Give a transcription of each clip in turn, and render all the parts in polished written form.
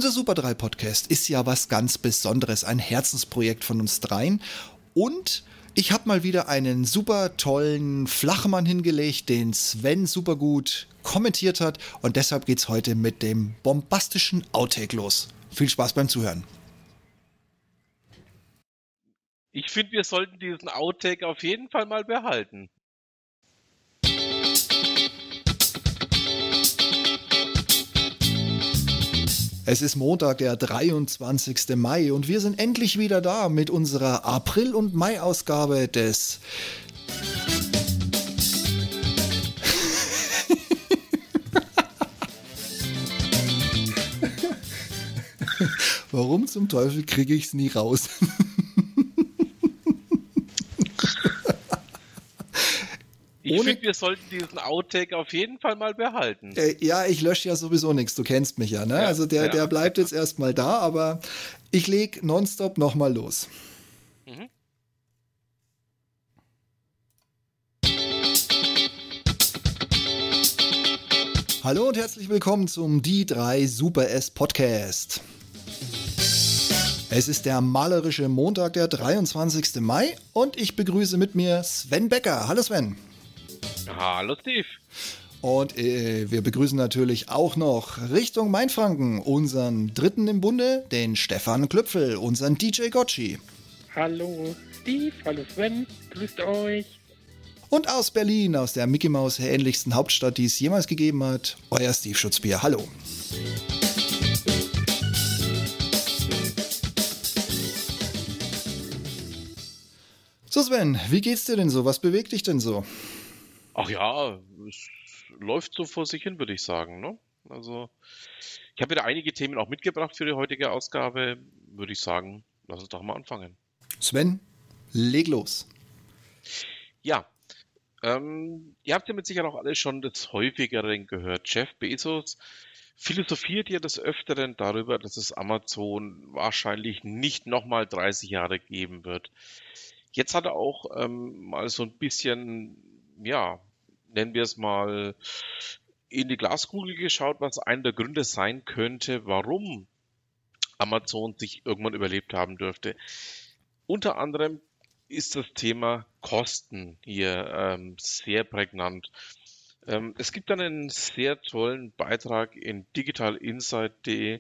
Unser Super 3 Podcast ist ja was ganz Besonderes, ein Herzensprojekt von uns dreien. Und ich habe mal wieder einen super tollen Flachmann hingelegt, den Sven super gut kommentiert hat. Und deshalb geht's heute mit dem bombastischen Outtake los. Viel Spaß beim Zuhören. Ich finde, wir sollten diesen Outtake auf jeden Fall mal behalten. Es ist Montag, der 23. Mai und wir sind endlich wieder da mit unserer April- und Mai-Ausgabe des Warum zum Teufel kriege ich es nie raus? Ich finde, wir sollten diesen Outtake auf jeden Fall mal behalten. Ja, ich lösche ja sowieso nichts, du kennst mich ja, ne? Ja, also der bleibt jetzt erstmal da, aber ich leg nonstop nochmal los. Mhm. Hallo und herzlich willkommen zum Die3 Super S Podcast. Es ist der malerische Montag, der 23. Mai und ich begrüße mit mir Sven Becker. Hallo Sven. Hallo Steve. Und wir begrüßen natürlich auch noch Richtung Mainfranken unseren Dritten im Bunde, den Stefan Klüpfel, unseren DJ Gotchi. Hallo Steve, hallo Sven, grüßt euch. Und aus Berlin, aus der Mickey Maus ähnlichsten Hauptstadt, die es jemals gegeben hat, euer Steve Schutzbier. Hallo. So Sven, wie geht's dir denn so? Was bewegt dich denn so? Ach ja, es läuft so vor sich hin, würde ich sagen, ne? Also, ich habe wieder einige Themen auch mitgebracht für die heutige Ausgabe. Würde ich sagen, lass uns doch mal anfangen. Sven, leg los. Ja, ihr habt ja mit Sicherheit auch alle schon des Häufigeren gehört. Jeff Bezos philosophiert ja des Öfteren darüber, dass es Amazon wahrscheinlich nicht nochmal 30 Jahre geben wird. Jetzt hat er auch mal so ein bisschen, ja, nennen wir es mal, in die Glaskugel geschaut, was einer der Gründe sein könnte, warum Amazon sich irgendwann überlebt haben dürfte. Unter anderem ist das Thema Kosten hier sehr prägnant. Es gibt dann einen sehr tollen Beitrag in digitalinsight.de,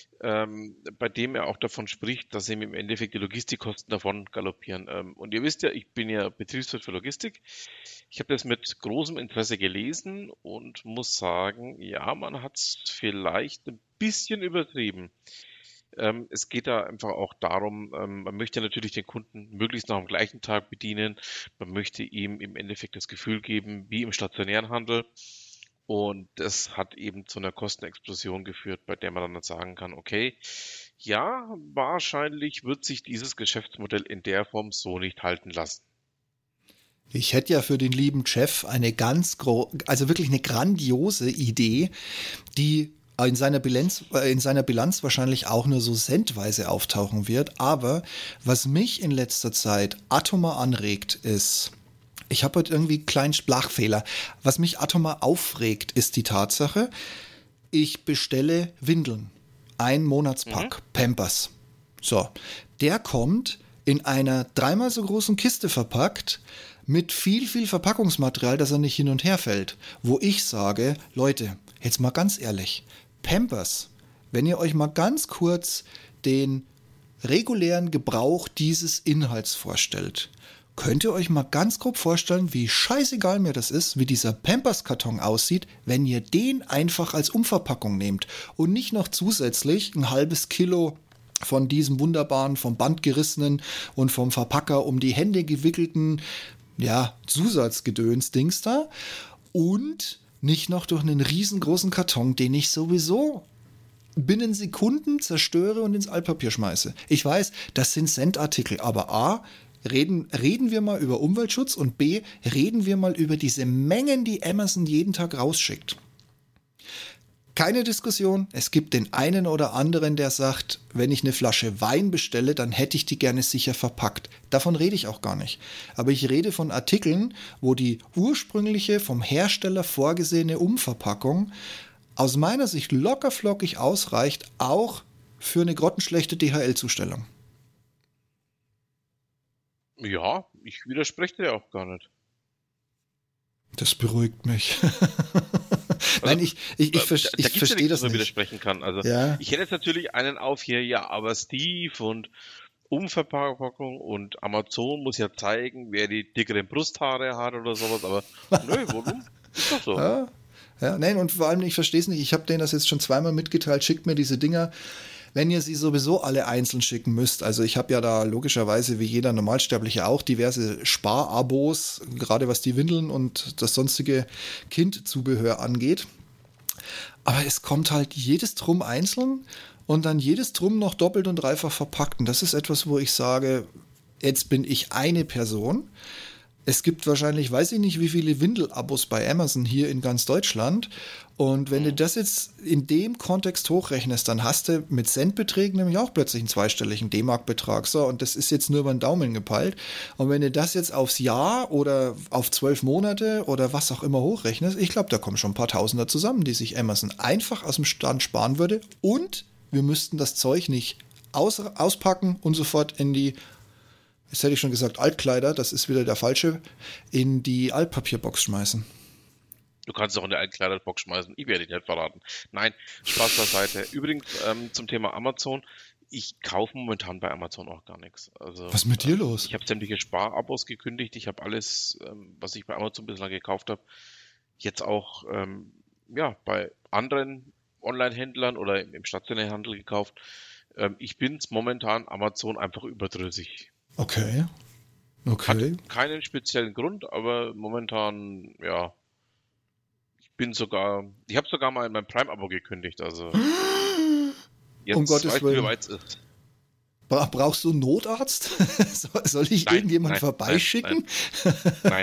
bei dem er auch davon spricht, dass ihm im Endeffekt die Logistikkosten davon galoppieren. Und ihr wisst ja, ich bin ja Betriebswirt für Logistik. Ich habe das mit großem Interesse gelesen und muss sagen, ja, man hat es vielleicht ein bisschen übertrieben. Es geht da einfach auch darum, man möchte natürlich den Kunden möglichst noch am gleichen Tag bedienen. Man möchte ihm im Endeffekt das Gefühl geben, wie im stationären Handel. Und das hat eben zu einer Kostenexplosion geführt, bei der man dann sagen kann, okay, ja, wahrscheinlich wird sich dieses Geschäftsmodell in der Form so nicht halten lassen. Ich hätte ja für den lieben Jeff eine also wirklich eine grandiose Idee, die in seiner Bilanz wahrscheinlich auch nur so centweise auftauchen wird. Aber was mich in letzter Zeit atomar anregt, ist, ich habe heute irgendwie einen kleinen Sprachfehler. Was mich atomar aufregt, ist die Tatsache, ich bestelle Windeln. Ein Monatspack Pampers. So, der kommt in einer 3-mal so großen Kiste verpackt mit viel Verpackungsmaterial, dass er nicht hin und her fällt. Wo ich sage, Leute, jetzt mal ganz ehrlich, Pampers, wenn ihr euch mal ganz kurz den regulären Gebrauch dieses Inhalts vorstellt, könnt ihr euch mal ganz grob vorstellen, wie scheißegal mir das ist, wie dieser Pampers-Karton aussieht, wenn ihr den einfach als Umverpackung nehmt und nicht noch zusätzlich ein halbes Kilo von diesem wunderbaren, vom Band gerissenen und vom Verpacker um die Hände gewickelten, ja, Zusatzgedöns-Dings da und nicht noch durch einen riesengroßen Karton, den ich sowieso binnen Sekunden zerstöre und ins Altpapier schmeiße. Ich weiß, das sind Centartikel, aber A, reden wir mal über Umweltschutz und B, reden wir mal über diese Mengen, die Amazon jeden Tag rausschickt. Keine Diskussion, es gibt den einen oder anderen, der sagt, wenn ich eine Flasche Wein bestelle, dann hätte ich die gerne sicher verpackt. Davon rede ich auch gar nicht. Aber ich rede von Artikeln, wo die ursprüngliche vom Hersteller vorgesehene Umverpackung aus meiner Sicht lockerflockig ausreicht, auch für eine grottenschlechte DHL-Zustellung. Ja, ich widerspreche dir auch gar nicht. Das beruhigt mich. Also, Nein, ich verstehe das man nicht. widersprechen kann. Also Ja. ich hätte jetzt natürlich einen auf hier, ja, aber Steve und Umverpackung und Amazon muss ja zeigen, wer die dickeren Brusthaare hat oder sowas, aber nö, warum? Ist doch so. Ja, ja, nein, und vor allem, ich verstehe es nicht. Ich habe denen das jetzt schon zweimal mitgeteilt. Schickt mir diese Dinger, wenn ihr sie sowieso alle einzeln schicken müsst. Also ich habe ja da logischerweise, wie jeder Normalsterbliche auch, diverse Sparabos, gerade was die Windeln und das sonstige Kindzubehör angeht. Aber es kommt halt jedes Drum einzeln und dann jedes Drum noch doppelt und dreifach verpackt. Und das ist etwas, wo ich sage, jetzt bin ich eine Person. Es gibt wahrscheinlich, weiß ich nicht, wie viele Windelabos bei Amazon hier in ganz Deutschland. Und wenn du das jetzt in dem Kontext hochrechnest, dann hast du mit Centbeträgen nämlich auch plötzlich einen zweistelligen D-Mark-Betrag. So, und das ist jetzt nur über den Daumen gepeilt. Und wenn du das jetzt aufs Jahr oder auf 12 Monate oder was auch immer hochrechnest, ich glaube, da kommen schon ein paar Tausender zusammen, die sich Amazon einfach aus dem Stand sparen würde. Und wir müssten das Zeug nicht auspacken und sofort in die, jetzt hätte ich schon gesagt, Altkleider, das ist wieder der falsche, in die Altpapierbox schmeißen. Du kannst es auch in der Altkleiderbox schmeißen. Ich werde dich nicht verraten. Nein, Spaß beiseite. Übrigens, zum Thema Amazon. Ich kaufe momentan bei Amazon auch gar nichts. Also, Was ist mit dir los? Ich habe sämtliche Sparabos gekündigt. Ich habe alles, was ich bei Amazon bislang gekauft habe, jetzt auch bei anderen Online-Händlern oder im stationären Handel gekauft. Ich bin momentan Amazon einfach überdrüssig. Okay. Hat keinen speziellen Grund, aber momentan, ja. Ich habe sogar mal mein Prime-Abo gekündigt, also jetzt Um Gottes weißt du, wie Willen. weit es ist. Brauchst du einen Notarzt? Soll ich irgendjemand vorbeischicken? Nein.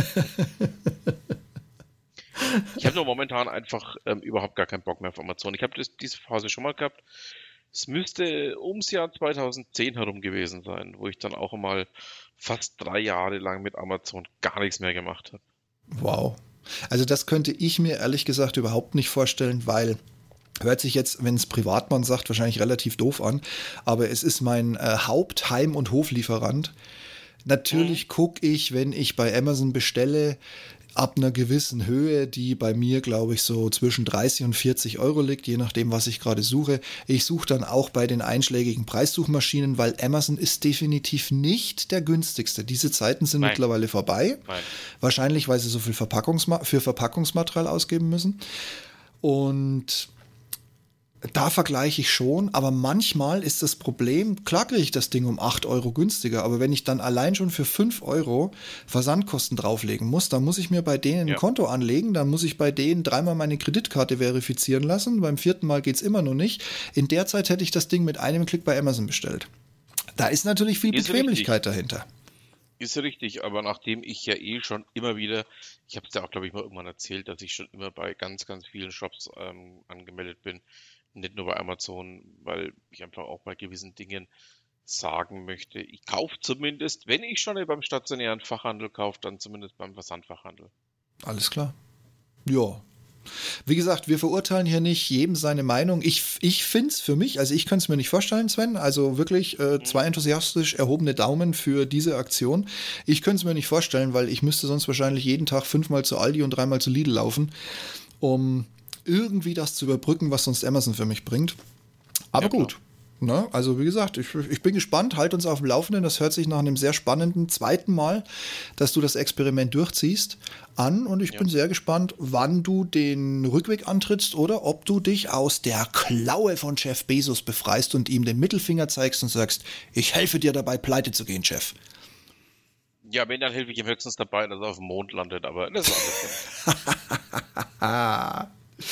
Ich habe nur momentan einfach überhaupt gar keinen Bock mehr auf Amazon. Ich habe diese Phase schon mal gehabt. Es müsste ums Jahr 2010 herum gewesen sein, wo ich dann auch mal fast 3 Jahre lang mit Amazon gar nichts mehr gemacht habe. Wow. Also das könnte ich mir ehrlich gesagt überhaupt nicht vorstellen, weil hört sich jetzt, wenn es Privatmann sagt, wahrscheinlich relativ doof an, aber es ist mein Heim- und Hoflieferant. Natürlich gucke ich, wenn ich bei Amazon bestelle, ab einer gewissen Höhe, die bei mir, glaube ich, so zwischen 30 und 40 Euro liegt, je nachdem, was ich gerade suche. Ich suche dann auch bei den einschlägigen Preissuchmaschinen, weil Amazon ist definitiv nicht der günstigste. Diese Zeiten sind mittlerweile vorbei. Nein. Wahrscheinlich, weil sie so viel für Verpackungsmaterial ausgeben müssen. Und da vergleiche ich schon, aber manchmal ist das Problem, klar kriege ich das Ding um 8 Euro günstiger, aber wenn ich dann allein schon für 5 Euro Versandkosten drauflegen muss, dann muss ich mir bei denen ein Konto anlegen, dann muss ich bei denen 3-mal meine Kreditkarte verifizieren lassen, beim 4. Mal geht es immer noch nicht. In der Zeit hätte ich das Ding mit einem Klick bei Amazon bestellt. Da ist natürlich viel Bequemlichkeit dahinter. Ist richtig, aber nachdem ich ja schon immer wieder, ich habe es ja auch, glaube ich, mal irgendwann erzählt, dass ich schon immer bei ganz, ganz vielen Shops angemeldet bin, nicht nur bei Amazon, weil ich einfach auch bei gewissen Dingen sagen möchte, ich kaufe zumindest, wenn ich schon beim stationären Fachhandel kaufe, dann zumindest beim Versandfachhandel. Alles klar. Ja. Wie gesagt, wir verurteilen hier nicht jedem seine Meinung. Ich finde es für mich, also ich könnte es mir nicht vorstellen, Sven, also wirklich 2 enthusiastisch erhobene Daumen für diese Aktion. Ich könnte es mir nicht vorstellen, weil ich müsste sonst wahrscheinlich jeden Tag 5-mal zu Aldi und 3-mal zu Lidl laufen, um irgendwie das zu überbrücken, was sonst Amazon für mich bringt. Aber gut. Ne? Also wie gesagt, ich bin gespannt, halt uns auf dem Laufenden. Das hört sich nach einem sehr spannenden zweiten Mal, dass du das Experiment durchziehst, an. Und ich bin sehr gespannt, wann du den Rückweg antrittst oder ob du dich aus der Klaue von Jeff Bezos befreist und ihm den Mittelfinger zeigst und sagst, ich helfe dir dabei, pleite zu gehen, Jeff. Ja, wenn, dann helfe ich ihm höchstens dabei, dass er auf dem Mond landet, aber das ist alles.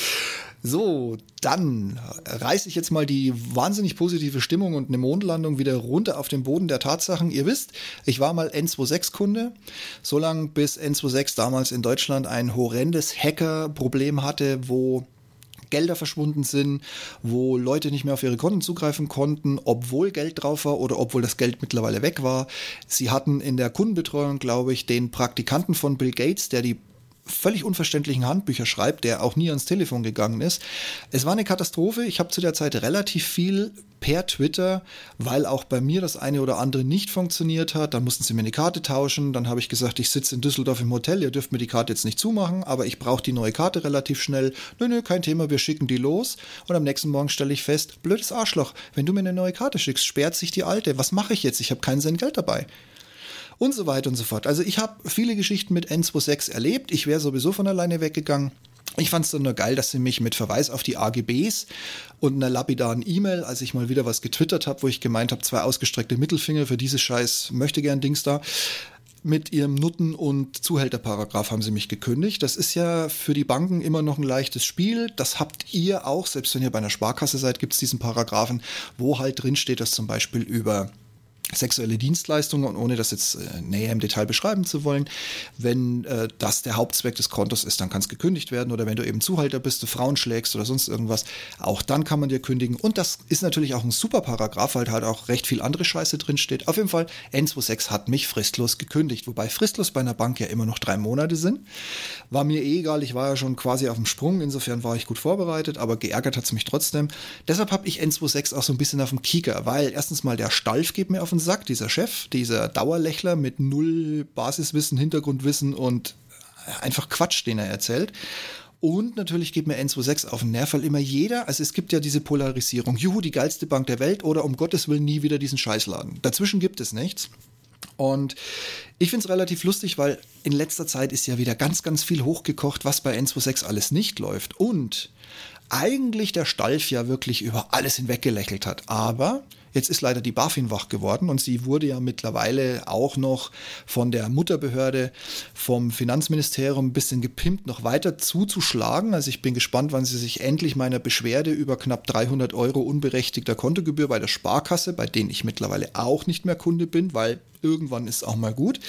So, dann reiße ich jetzt mal die wahnsinnig positive Stimmung und eine Mondlandung wieder runter auf den Boden der Tatsachen. Ihr wisst, ich war mal N26-Kunde, so lange bis N26 damals in Deutschland ein horrendes Hacker-Problem hatte, wo Gelder verschwunden sind, wo Leute nicht mehr auf ihre Konten zugreifen konnten, obwohl Geld drauf war oder obwohl das Geld mittlerweile weg war. Sie hatten in der Kundenbetreuung, glaube ich, den Praktikanten von Bill Gates, der die völlig unverständlichen Handbücher schreibt, der auch nie ans Telefon gegangen ist. Es war eine Katastrophe. Ich habe zu der Zeit relativ viel per Twitter, weil auch bei mir das eine oder andere nicht funktioniert hat. Dann mussten sie mir eine Karte tauschen. Dann habe ich gesagt, ich sitze in Düsseldorf im Hotel, ihr dürft mir die Karte jetzt nicht zumachen, aber ich brauche die neue Karte relativ schnell. Nö, kein Thema, wir schicken die los. Und am nächsten Morgen stelle ich fest, blödes Arschloch, wenn du mir eine neue Karte schickst, sperrt sich die alte. Was mache ich jetzt? Ich habe keinen Cent Geld dabei. Und so weiter und so fort. Also ich habe viele Geschichten mit N26 erlebt. Ich wäre sowieso von alleine weggegangen. Ich fand es dann nur geil, dass sie mich mit Verweis auf die AGBs und einer lapidaren E-Mail, als ich mal wieder was getwittert habe, wo ich gemeint habe, 2 ausgestreckte Mittelfinger für dieses scheiß Möchtegern-Dings da, mit ihrem Nutten- und Zuhälterparagraf haben sie mich gekündigt. Das ist ja für die Banken immer noch ein leichtes Spiel. Das habt ihr auch, selbst wenn ihr bei einer Sparkasse seid, gibt es diesen Paragraphen, wo halt drin steht, dass zum Beispiel über sexuelle Dienstleistungen, und ohne das jetzt näher im Detail beschreiben zu wollen, wenn das der Hauptzweck des Kontos ist, dann kann es gekündigt werden, oder wenn du eben Zuhälter bist, du Frauen schlägst oder sonst irgendwas, auch dann kann man dir kündigen. Und das ist natürlich auch ein super Paragraph, weil halt auch recht viel andere Scheiße drin steht. Auf jeden Fall, N26 hat mich fristlos gekündigt, wobei fristlos bei einer Bank ja immer noch 3 Monate sind. War mir egal, ich war ja schon quasi auf dem Sprung, insofern war ich gut vorbereitet, aber geärgert hat es mich trotzdem. Deshalb habe ich N26 auch so ein bisschen auf dem Kieker, weil erstens mal der Stalf geht mir auf den Sack, dieser Chef, dieser Dauerlächler mit null Basiswissen, Hintergrundwissen und einfach Quatsch, den er erzählt. Und natürlich geht mir N26 auf den Nerv, weil immer jeder, also es gibt ja diese Polarisierung, juhu, die geilste Bank der Welt oder um Gottes Willen nie wieder diesen Scheißladen. Dazwischen gibt es nichts. Und ich finde es relativ lustig, weil in letzter Zeit ist ja wieder ganz, ganz viel hochgekocht, was bei N26 alles nicht läuft. Und eigentlich der Stalf ja wirklich über alles hinweggelächelt hat. Aber jetzt ist leider die BaFin wach geworden und sie wurde ja mittlerweile auch noch von der Mutterbehörde, vom Finanzministerium ein bisschen gepimpt, noch weiter zuzuschlagen. Also ich bin gespannt, wann sie sich endlich meiner Beschwerde über knapp 300 € unberechtigter Kontogebühr bei der Sparkasse, bei denen ich mittlerweile auch nicht mehr Kunde bin, weil irgendwann ist auch mal gut,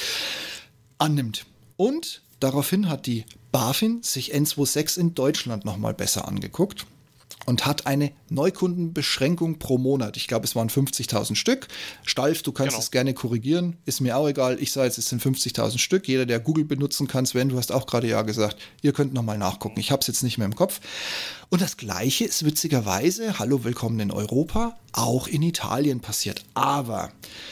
annimmt. Und daraufhin hat die BaFin sich N26 in Deutschland nochmal besser angeguckt und hat eine Neukundenbeschränkung pro Monat. Ich glaube, es waren 50.000 Stück. Stalf, du kannst es gerne korrigieren, ist mir auch egal. Ich sage jetzt, es sind 50.000 Stück. Jeder, der Google benutzen kann, Sven, du hast auch gerade ja gesagt, ihr könnt nochmal nachgucken. Ich habe es jetzt nicht mehr im Kopf. Und das Gleiche ist witzigerweise, hallo, willkommen in Europa, auch in Italien passiert. Aber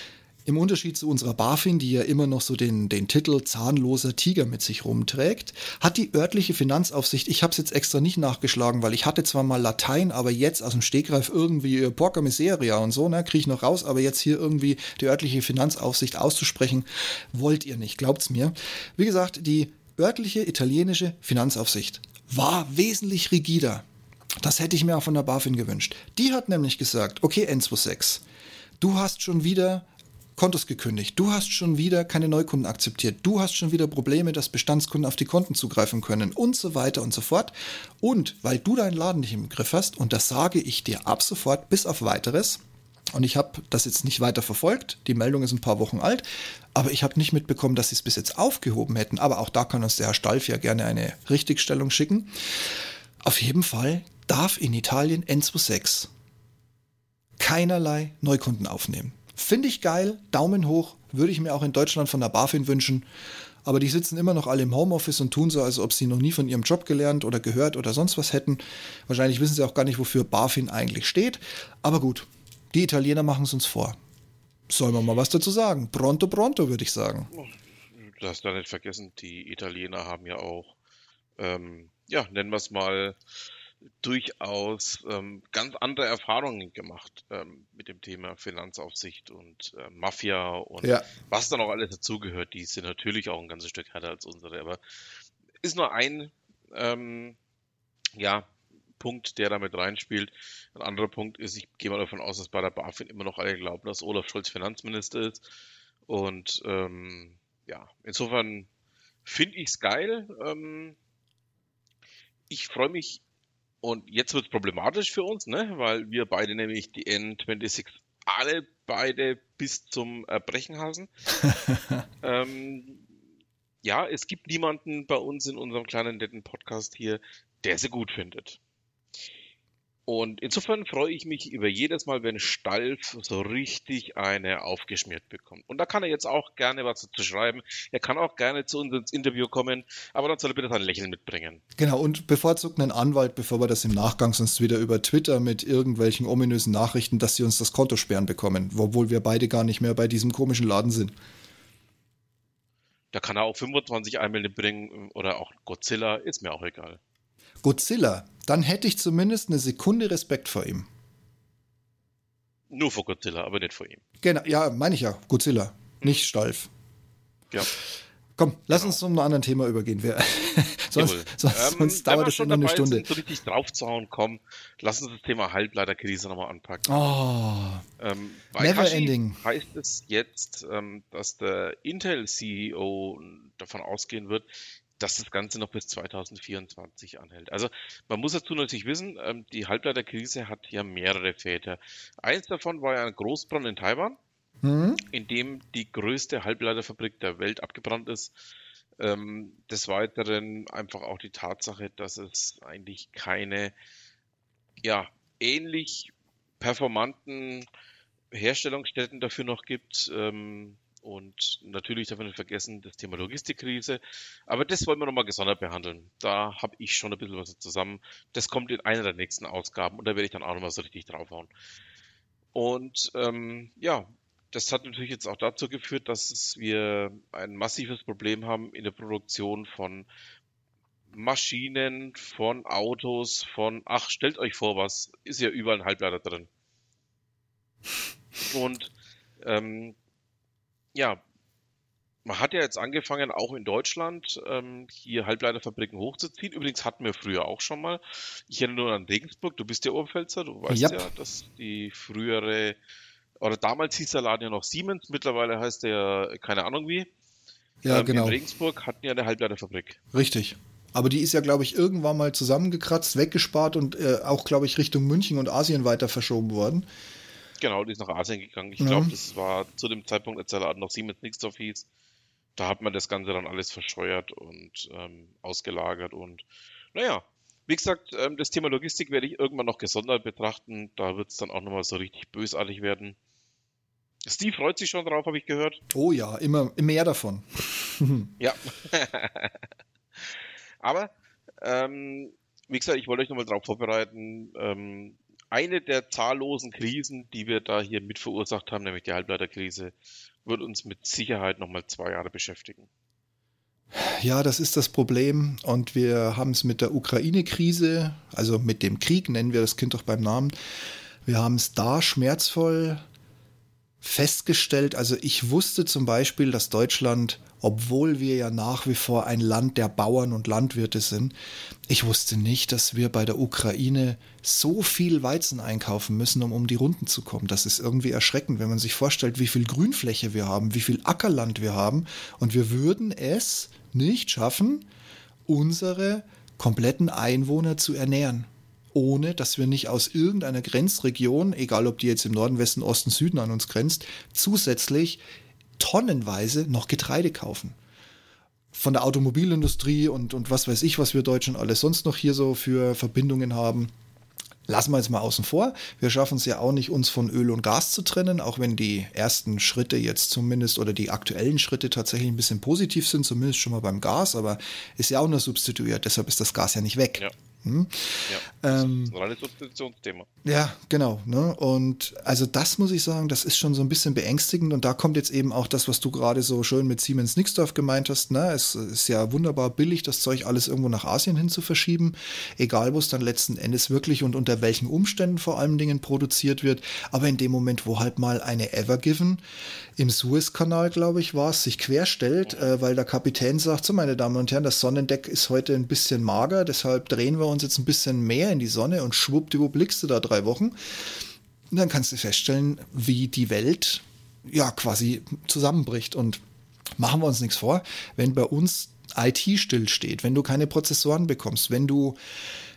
im Unterschied zu unserer BaFin, die ja immer noch so den Titel zahnloser Tiger mit sich rumträgt, hat die örtliche Finanzaufsicht, ich habe es jetzt extra nicht nachgeschlagen, weil ich hatte zwar mal Latein, aber jetzt aus dem Stegreif irgendwie Porca Miseria und so, ne, kriege ich noch raus, aber jetzt hier irgendwie die örtliche Finanzaufsicht auszusprechen, wollt ihr nicht, glaubt's mir. Wie gesagt, die örtliche italienische Finanzaufsicht war wesentlich rigider. Das hätte ich mir auch von der BaFin gewünscht. Die hat nämlich gesagt, okay, N26, du hast schon wieder Kontos gekündigt. Du hast schon wieder keine Neukunden akzeptiert. Du hast schon wieder Probleme, dass Bestandskunden auf die Konten zugreifen können und so weiter und so fort. Und weil du deinen Laden nicht im Griff hast, und das sage ich dir ab sofort bis auf Weiteres, und ich habe das jetzt nicht weiter verfolgt, die Meldung ist ein paar Wochen alt, aber ich habe nicht mitbekommen, dass sie es bis jetzt aufgehoben hätten. Aber auch da kann uns der Herr Stalf ja gerne eine Richtigstellung schicken. Auf jeden Fall darf in Italien N26 keinerlei Neukunden aufnehmen. Finde ich geil, Daumen hoch, würde ich mir auch in Deutschland von der BaFin wünschen. Aber die sitzen immer noch alle im Homeoffice und tun so, als ob sie noch nie von ihrem Job gelernt oder gehört oder sonst was hätten. Wahrscheinlich wissen sie auch gar nicht, wofür BaFin eigentlich steht. Aber gut, die Italiener machen es uns vor. Sollen wir mal was dazu sagen? Pronto, pronto, würde ich sagen. Du hast da nicht vergessen, die Italiener haben ja auch, ja, nennen wir es mal, durchaus ganz andere Erfahrungen gemacht mit dem Thema Finanzaufsicht und Mafia und was da noch alles dazugehört. Die sind natürlich auch ein ganzes Stück härter als unsere, aber ist nur ein Punkt, der damit reinspielt. Ein anderer Punkt ist, ich gehe mal davon aus, dass bei der BaFin immer noch alle glauben, dass Olaf Scholz Finanzminister ist. Und insofern finde ich es geil. Ich freue mich. Und jetzt wird es problematisch für uns, ne? Weil wir beide nämlich die N26 alle beide bis zum Erbrechen hassen. Es gibt niemanden bei uns in unserem kleinen netten Podcast hier, der sie gut findet. Und insofern freue ich mich über jedes Mal, wenn Stalf so richtig eine aufgeschmiert bekommt. Und da kann er jetzt auch gerne was dazu schreiben. Er kann auch gerne zu uns ins Interview kommen, aber dann soll er bitte sein Lächeln mitbringen. Genau, und bevorzugt einen Anwalt, bevor wir das im Nachgang sonst wieder über Twitter mit irgendwelchen ominösen Nachrichten, dass sie uns das Konto sperren bekommen, obwohl wir beide gar nicht mehr bei diesem komischen Laden sind. Da kann er auch 25 Einwände bringen oder auch Godzilla, ist mir auch egal. Godzilla, dann hätte ich zumindest eine Sekunde Respekt vor ihm. Nur vor Godzilla, aber nicht vor ihm. Genau, ja, meine ich ja, Godzilla, nicht Stalf. Ja. Komm, lass uns zu einem anderen Thema übergehen. Sonst dauert es schon noch eine Stunde. Sind, so richtig draufzuhauen, komm, lass uns das Thema Halbleiterkrise nochmal anpacken. Oh, Bei never Hashi ending. heißt es jetzt, dass der Intel-CEO davon ausgehen wird, dass das Ganze noch bis 2024 anhält. Also man muss dazu natürlich wissen, die Halbleiterkrise hat ja mehrere Väter. Eins davon war ja ein Großbrand in Taiwan, in dem die größte Halbleiterfabrik der Welt abgebrannt ist. Des Weiteren einfach auch die Tatsache, dass es eigentlich keine ähnlich performanten Herstellungsstätten dafür noch gibt. Und natürlich darf man nicht vergessen, das Thema Logistikkrise. Aber das wollen wir nochmal gesondert behandeln. Da habe ich schon ein bisschen was zusammen. Das kommt in einer der nächsten Ausgaben und da werde ich dann auch nochmal so richtig draufhauen. Und das hat natürlich jetzt auch dazu geführt, dass wir ein massives Problem haben in der Produktion von Maschinen, von Autos, stellt euch vor, was ist ja überall ein Halbleiter drin. Und man hat ja jetzt angefangen, auch in Deutschland hier Halbleiterfabriken hochzuziehen. Übrigens hatten wir früher auch schon mal. Ich erinnere nur an Regensburg, du bist ja Oberpfälzer, du weißt ja, dass die frühere, oder damals hieß der Laden ja noch Siemens, mittlerweile heißt der ja keine Ahnung wie. Ja, genau. In Regensburg hatten ja eine Halbleiterfabrik. Richtig. Aber die ist ja, glaube ich, irgendwann mal zusammengekratzt, weggespart und auch, glaube ich, Richtung München und Asien weiter verschoben worden. Genau, die ist nach Asien gegangen. Ich glaube, das war zu dem Zeitpunkt, als der Laden noch Siemens Nixdorf hieß. Da hat man das Ganze dann alles verscheuert und ausgelagert. Und naja, wie gesagt, das Thema Logistik werde ich irgendwann noch gesondert betrachten. Da wird es dann auch nochmal so richtig bösartig werden. Steve freut sich schon drauf, habe ich gehört. Oh ja, immer mehr davon. Ja. Aber, wie gesagt, ich wollte euch nochmal drauf vorbereiten. Eine der zahllosen Krisen, die wir da hier mit verursacht haben, nämlich die Halbleiterkrise, wird uns mit Sicherheit nochmal 2 Jahre beschäftigen. Ja, das ist das Problem. Und wir haben es mit der Ukraine-Krise, also mit dem Krieg, nennen wir das Kind doch beim Namen. Wir haben es da schmerzvoll festgestellt. Also ich wusste zum Beispiel, dass Deutschland, obwohl wir ja nach wie vor ein Land der Bauern und Landwirte sind, ich wusste nicht, dass wir bei der Ukraine so viel Weizen einkaufen müssen, um die Runden zu kommen. Das ist irgendwie erschreckend, wenn man sich vorstellt, wie viel Grünfläche wir haben, wie viel Ackerland wir haben. Und wir würden es nicht schaffen, unsere kompletten Einwohner zu ernähren, ohne dass wir nicht aus irgendeiner Grenzregion, egal ob die jetzt im Norden, Westen, Osten, Süden an uns grenzt, zusätzlich tonnenweise noch Getreide kaufen. Von der Automobilindustrie und was weiß ich, was wir Deutschen alles sonst noch hier so für Verbindungen haben. Lassen wir jetzt mal außen vor. Wir schaffen es ja auch nicht, uns von Öl und Gas zu trennen, auch wenn die ersten Schritte jetzt zumindest oder die aktuellen Schritte tatsächlich ein bisschen positiv sind, zumindest schon mal beim Gas, aber ist ja auch nur substituiert, deshalb ist das Gas ja nicht weg. Ja. Ja, das ist ein reines Substitutionsthema. Ja, genau. Ne? Und also das muss ich sagen, das ist schon so ein bisschen beängstigend. Und da kommt jetzt eben auch das, was du gerade so schön mit Siemens Nixdorf gemeint hast. Ne? Es ist ja wunderbar billig, das Zeug alles irgendwo nach Asien hin zu verschieben. Egal, wo es dann letzten Endes wirklich und unter welchen Umständen vor allen Dingen produziert wird. Aber in dem Moment, wo halt mal eine Evergiven im Suezkanal, glaube ich, war es, sich querstellt, weil der Kapitän sagt, so meine Damen und Herren, das Sonnendeck ist heute ein bisschen mager, deshalb drehen wir uns jetzt ein bisschen mehr in die Sonne und schwuppdiwupp blickst du da 3 Wochen. Und dann kannst du feststellen, wie die Welt ja quasi zusammenbricht. Und machen wir uns nichts vor, wenn bei uns IT stillsteht, wenn du keine Prozessoren bekommst, wenn du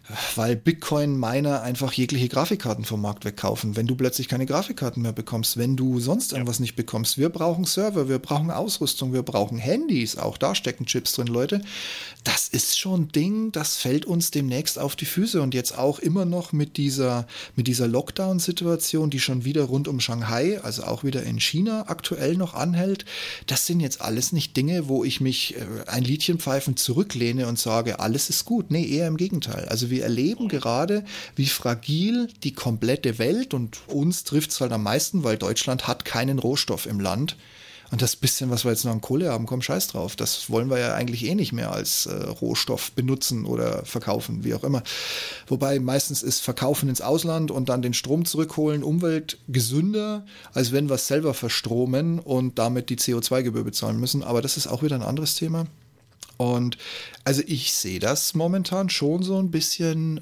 weil Bitcoin-Miner einfach jegliche Grafikkarten vom Markt wegkaufen. Wenn du plötzlich keine Grafikkarten mehr bekommst, wenn du sonst irgendwas nicht bekommst. Wir brauchen Server, wir brauchen Ausrüstung, wir brauchen Handys. Auch da stecken Chips drin, Leute. Das ist schon ein Ding, das fällt uns demnächst auf die Füße. Und jetzt auch immer noch mit dieser Lockdown-Situation, die schon wieder rund um Shanghai, also auch wieder in China aktuell noch anhält. Das sind jetzt alles nicht Dinge, wo ich mich ein Liedchen pfeifend zurücklehne und sage, alles ist gut. Nee, eher im Gegenteil. Also wir erleben gerade, wie fragil die komplette Welt, und uns trifft es halt am meisten, weil Deutschland hat keinen Rohstoff im Land. Und das bisschen, was wir jetzt noch an Kohle haben, komm, scheiß drauf. Das wollen wir ja eigentlich eh nicht mehr als Rohstoff benutzen oder verkaufen, wie auch immer. Wobei meistens ist Verkaufen ins Ausland und dann den Strom zurückholen umweltgesünder, als wenn wir es selber verstromen und damit die CO2-Gebühr bezahlen müssen. Aber das ist auch wieder ein anderes Thema. Und also ich sehe das momentan schon so ein bisschen,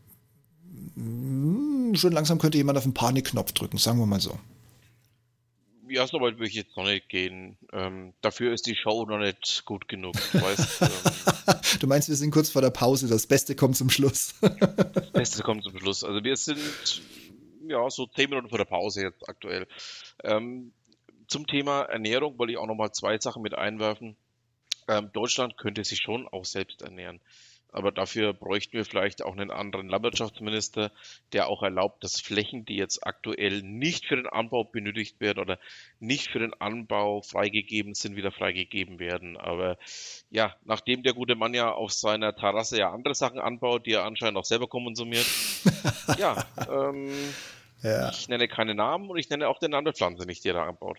schon langsam könnte jemand auf den Panikknopf drücken, sagen wir mal so. Ja, so weit würde ich jetzt noch nicht gehen. Dafür ist die Show noch nicht gut genug. Du weißt, Du meinst, wir sind kurz vor der Pause, das Beste kommt zum Schluss. das Beste kommt zum Schluss. Also wir sind ja so 10 Minuten vor der Pause jetzt aktuell. Zum Thema Ernährung wollte ich auch nochmal 2 Sachen mit einwerfen. Deutschland könnte sich schon auch selbst ernähren. Aber dafür bräuchten wir vielleicht auch einen anderen Landwirtschaftsminister, der auch erlaubt, dass Flächen, die jetzt aktuell nicht für den Anbau benötigt werden oder nicht für den Anbau freigegeben sind, wieder freigegeben werden. Aber ja, nachdem der gute Mann ja auf seiner Terrasse ja andere Sachen anbaut, die er anscheinend auch selber konsumiert, ja, Ja. ich nenne keine Namen und ich nenne auch den andere Pflanze nicht, die er da anbaut.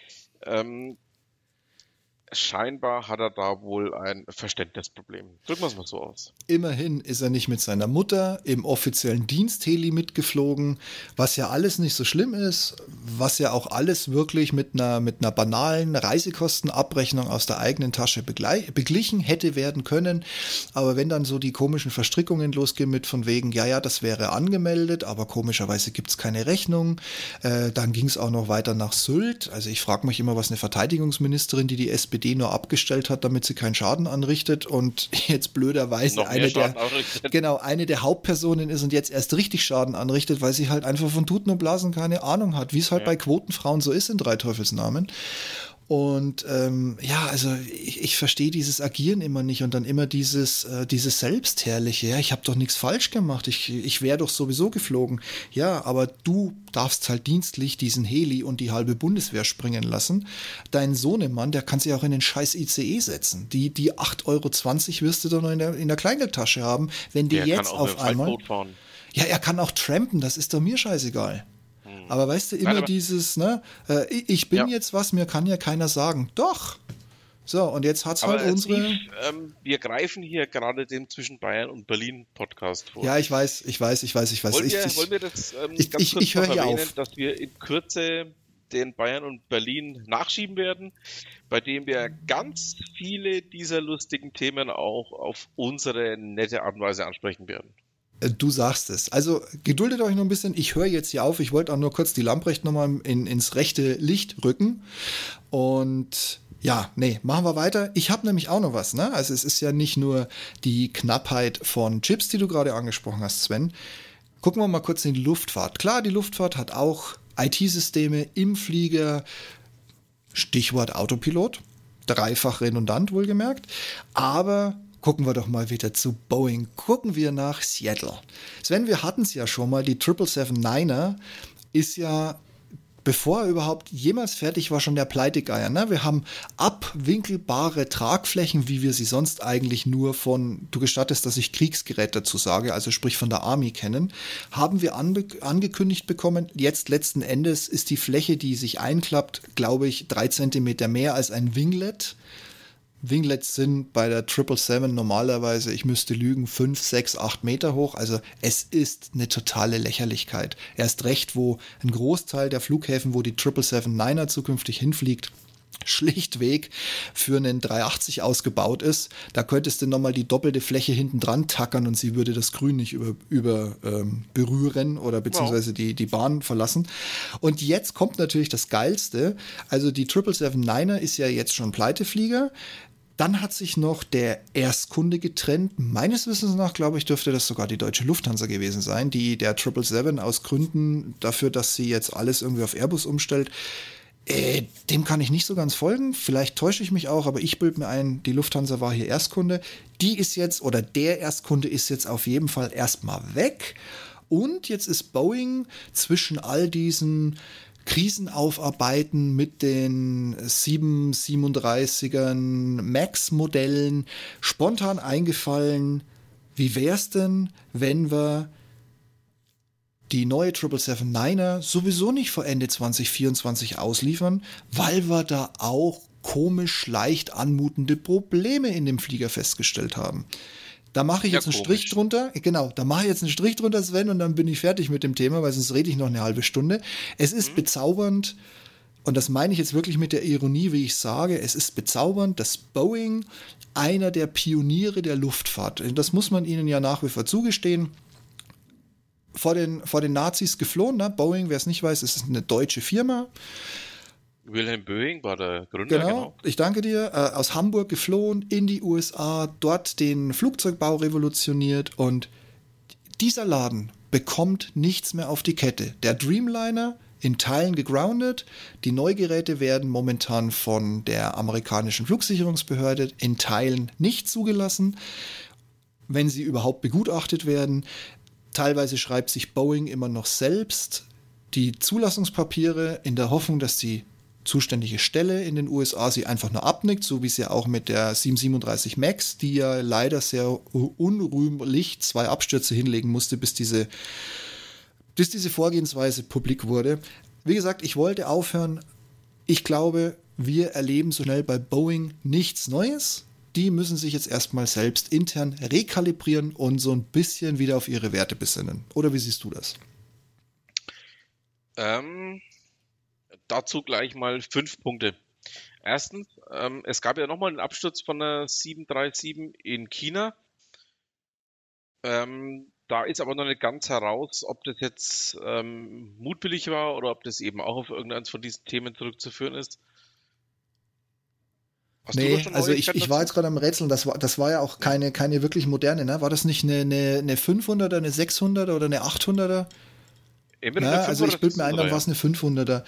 Scheinbar hat er da wohl ein Verständnisproblem. Drücken wir es mal so aus. Immerhin ist er nicht mit seiner Mutter im offiziellen Dienstheli mitgeflogen, was ja alles nicht so schlimm ist, was ja auch alles wirklich mit einer banalen Reisekostenabrechnung aus der eigenen Tasche beglichen hätte werden können. Aber wenn dann so die komischen Verstrickungen losgehen mit von wegen, ja, das wäre angemeldet, aber komischerweise gibt es keine Rechnung. Dann ging es auch noch weiter nach Sylt. Also ich frage mich immer, was eine Verteidigungsministerin, die SPD nur abgestellt hat, damit sie keinen Schaden anrichtet und jetzt blöderweise eine der Hauptpersonen ist und jetzt erst richtig Schaden anrichtet, weil sie halt einfach von Tuten und Blasen keine Ahnung hat, wie es halt bei Quotenfrauen so ist in Drei Teufelsnamen. Und also ich verstehe dieses Agieren immer nicht und dann immer dieses Selbstherrliche. Ja, ich habe doch nichts falsch gemacht. Ich wäre doch sowieso geflogen. Ja, aber du darfst halt dienstlich diesen Heli und die halbe Bundeswehr springen lassen. Dein Sohnemann, der kann sich auch in den scheiß ICE setzen. Die 8,20 € wirst du doch noch in der Kleingeldtasche haben, wenn die jetzt auf einmal... Ja, er kann auch trampen, das ist doch mir scheißegal. Aber weißt du, immer dieses, ich bin jetzt was, mir kann ja keiner sagen. Doch. So, und jetzt hat's halt unsere... wir greifen hier gerade den zwischen Bayern und Berlin Podcast vor. Ja, ich weiß. Wollen wir das ganz kurz noch erwähnen, dass wir in Kürze den Bayern und Berlin nachschieben werden, bei dem wir ganz viele dieser lustigen Themen auch auf unsere nette Art und Weise ansprechen werden. Du sagst es. Also geduldet euch noch ein bisschen. Ich höre jetzt hier auf. Ich wollte auch nur kurz die Lamprecht nochmal ins rechte Licht rücken. Und machen wir weiter. Ich habe nämlich auch noch was. Ne? Also es ist ja nicht nur die Knappheit von Chips, die du gerade angesprochen hast, Sven. Gucken wir mal kurz in die Luftfahrt. Klar, die Luftfahrt hat auch IT-Systeme im Flieger. Stichwort Autopilot. Dreifach redundant, wohlgemerkt. Aber... gucken wir doch mal wieder zu Boeing. Gucken wir nach Seattle. Sven, wir hatten es ja schon mal, die 777-9er ist ja, bevor er überhaupt jemals fertig war, schon der Pleitegeier. Ne? Wir haben abwinkelbare Tragflächen, wie wir sie sonst eigentlich nur von, du gestattest, dass ich Kriegsgerät dazu sage, also sprich von der Army kennen, haben wir angekündigt bekommen. Jetzt letzten Endes ist die Fläche, die sich einklappt, glaube ich, 3 Zentimeter mehr als ein Winglet. Winglets sind bei der 777 normalerweise, ich müsste lügen, 5, 6, 8 Meter hoch. Also es ist eine totale Lächerlichkeit. Erst recht, wo ein Großteil der Flughäfen, wo die 777-9er zukünftig hinfliegt, schlichtweg für einen 380 ausgebaut ist. Da könntest du nochmal die doppelte Fläche hinten dran tackern und sie würde das Grün nicht berühren oder beziehungsweise die Bahn verlassen. Und jetzt kommt natürlich das Geilste. Also die 777-9er ist ja jetzt schon Pleiteflieger. Dann hat sich noch der Erstkunde getrennt. Meines Wissens nach, glaube ich, dürfte das sogar die deutsche Lufthansa gewesen sein, die der 777 aus Gründen dafür, dass sie jetzt alles irgendwie auf Airbus umstellt. Dem kann ich nicht so ganz folgen. Vielleicht täusche ich mich auch, aber ich bilde mir ein, die Lufthansa war hier Erstkunde. Die ist jetzt, oder der Erstkunde ist jetzt auf jeden Fall erstmal weg. Und jetzt ist Boeing zwischen all diesen Krisen aufarbeiten mit den 737ern MAX-Modellen spontan eingefallen, wie wär's denn, wenn wir die neue 777-9er sowieso nicht vor Ende 2024 ausliefern, weil wir da auch komisch leicht anmutende Probleme in dem Flieger festgestellt haben. Da mache ich jetzt einen Strich drunter. Genau, da mache ich jetzt einen Strich drunter, Sven, und dann bin ich fertig mit dem Thema, weil sonst rede ich noch eine halbe Stunde. Es ist bezaubernd, und das meine ich jetzt wirklich mit der Ironie, wie ich sage, es ist bezaubernd, dass Boeing einer der Pioniere der Luftfahrt, das muss man ihnen ja nach wie vor zugestehen, vor den Nazis geflohen. Ne? Boeing, wer es nicht weiß, ist eine deutsche Firma. Wilhelm Boeing war der Gründer. Genau, ich danke dir. Aus Hamburg geflohen in die USA, dort den Flugzeugbau revolutioniert, und dieser Laden bekommt nichts mehr auf die Kette. Der Dreamliner in Teilen gegroundet, die Neugeräte werden momentan von der amerikanischen Flugsicherungsbehörde in Teilen nicht zugelassen, wenn sie überhaupt begutachtet werden. Teilweise schreibt sich Boeing immer noch selbst die Zulassungspapiere in der Hoffnung, dass die zuständige Stelle in den USA sie einfach nur abnickt, so wie es ja auch mit der 737 MAX, die ja leider sehr unrühmlich 2 Abstürze hinlegen musste, bis diese Vorgehensweise publik wurde. Wie gesagt, ich wollte aufhören. Ich glaube, wir erleben so schnell bei Boeing nichts Neues. Die müssen sich jetzt erstmal selbst intern rekalibrieren und so ein bisschen wieder auf ihre Werte besinnen. Oder wie siehst du das? Dazu gleich mal 5 Punkte. Erstens, es gab ja nochmal einen Absturz von der 737 in China. Da ist aber noch nicht ganz heraus, ob das jetzt mutwillig war oder ob das eben auch auf irgendeines von diesen Themen zurückzuführen ist. Nee, also ich war jetzt gerade am Rätseln, das war ja auch keine wirklich moderne, ne? War das nicht eine 500er, eine 600er oder eine 800er? Ja, also ich bilde mir ein, dann war es eine 500er.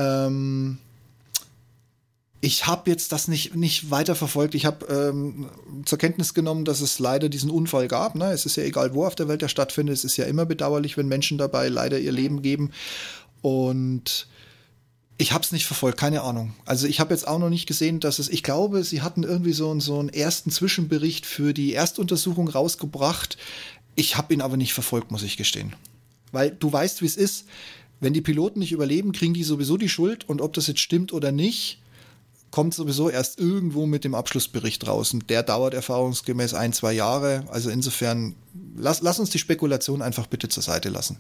Ich habe jetzt das nicht weiter verfolgt. Ich habe zur Kenntnis genommen, dass es leider diesen Unfall gab. Ne? Es ist ja egal, wo auf der Welt der stattfindet. Es ist ja immer bedauerlich, wenn Menschen dabei leider ihr Leben geben. Und ich habe es nicht verfolgt, keine Ahnung. Also ich habe jetzt auch noch nicht gesehen, dass ich glaube, sie hatten irgendwie so einen ersten Zwischenbericht für die Erstuntersuchung rausgebracht. Ich habe ihn aber nicht verfolgt, muss ich gestehen. Weil du weißt, wie es ist. Wenn die Piloten nicht überleben, kriegen die sowieso die Schuld. Und ob das jetzt stimmt oder nicht, kommt sowieso erst irgendwo mit dem Abschlussbericht raus. Und der dauert erfahrungsgemäß 1-2 Jahre. Also insofern, lass uns die Spekulation einfach bitte zur Seite lassen.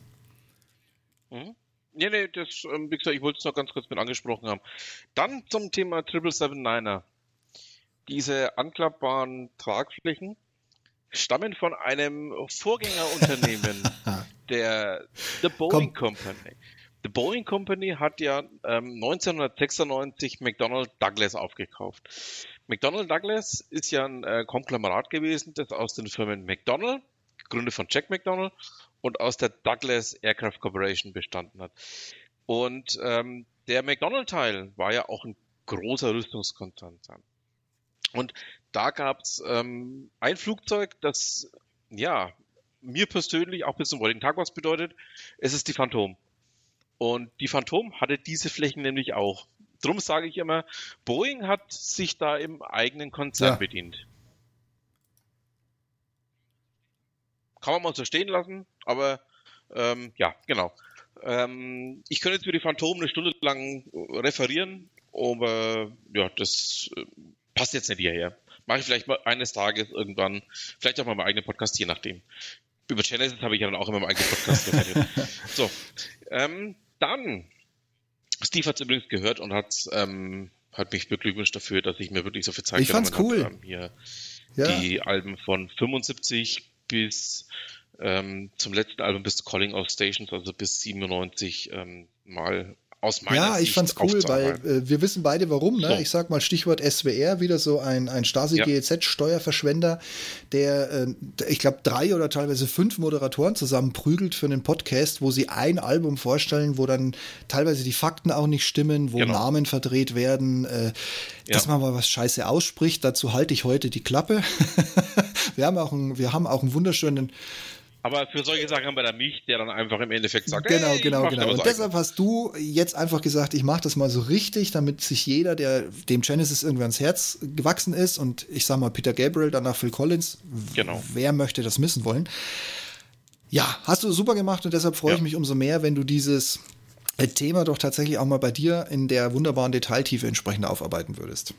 Nee, das, wie gesagt, ich wollte es noch ganz kurz mit angesprochen haben. Dann zum Thema 777-9er. Diese anklappbaren Tragflächen stammen von einem Vorgängerunternehmen, der The Boeing Company. The Boeing Company hat ja 1996 McDonnell Douglas aufgekauft. McDonnell Douglas ist ja ein Konglomerat gewesen, das aus den Firmen McDonnell, gegründet von Jack McDonnell, und aus der Douglas Aircraft Corporation bestanden hat. Und der McDonnell-Teil war ja auch ein großer Rüstungskonzern. Und da gab es ein Flugzeug, das ja mir persönlich auch bis zum heutigen Tag was bedeutet. Es ist die Phantom. Und die Phantom hatte diese Flächen nämlich auch. Drum sage ich immer, Boeing hat sich da im eigenen Konzern bedient. Kann man mal so stehen lassen, aber ja, genau. Ich könnte jetzt für die Phantom eine Stunde lang referieren, aber ja, das passt jetzt nicht hierher. Mache ich vielleicht mal eines Tages irgendwann, vielleicht auch mal meinen eigenen Podcast, je nachdem. Über Genesis habe ich ja dann auch immer meinen eigenen Podcast referiert. So, dann, Steve hat es übrigens gehört und hat mich beglückwünscht dafür, dass ich mir wirklich so viel Zeit genommen habe, hier die Alben von 75 bis zum letzten Album bis Calling All Stations, also bis 97 mal aus meiner Ja, ich Sicht fand's cool, weil aufzuarbeiten. wir wissen beide warum. Ne? So. Ich sag mal Stichwort SWR, wieder so ein Ja. Stasi-GEZ-Steuerverschwender, der, ich glaube, 3 oder teilweise 5 Moderatoren zusammenprügelt für einen Podcast, wo sie ein Album vorstellen, wo dann teilweise die Fakten auch nicht stimmen, wo Genau. Namen verdreht werden, dass man mal was Scheiße ausspricht. Dazu halte ich heute die Klappe. Wir haben auch einen wunderschönen. Aber für solche Sachen haben wir da mich, der dann einfach im Endeffekt sagt, Genau. ich mach da was Und deshalb hast du jetzt einfach gesagt, ich mache das mal so richtig, damit sich jeder, der dem Genesis irgendwie ans Herz gewachsen ist, und ich sag mal Peter Gabriel, danach Phil Collins, Genau. wer möchte das missen wollen? Ja, hast du super gemacht, und deshalb freue ich mich umso mehr, wenn du dieses Thema doch tatsächlich auch mal bei dir in der wunderbaren Detailtiefe entsprechend aufarbeiten würdest.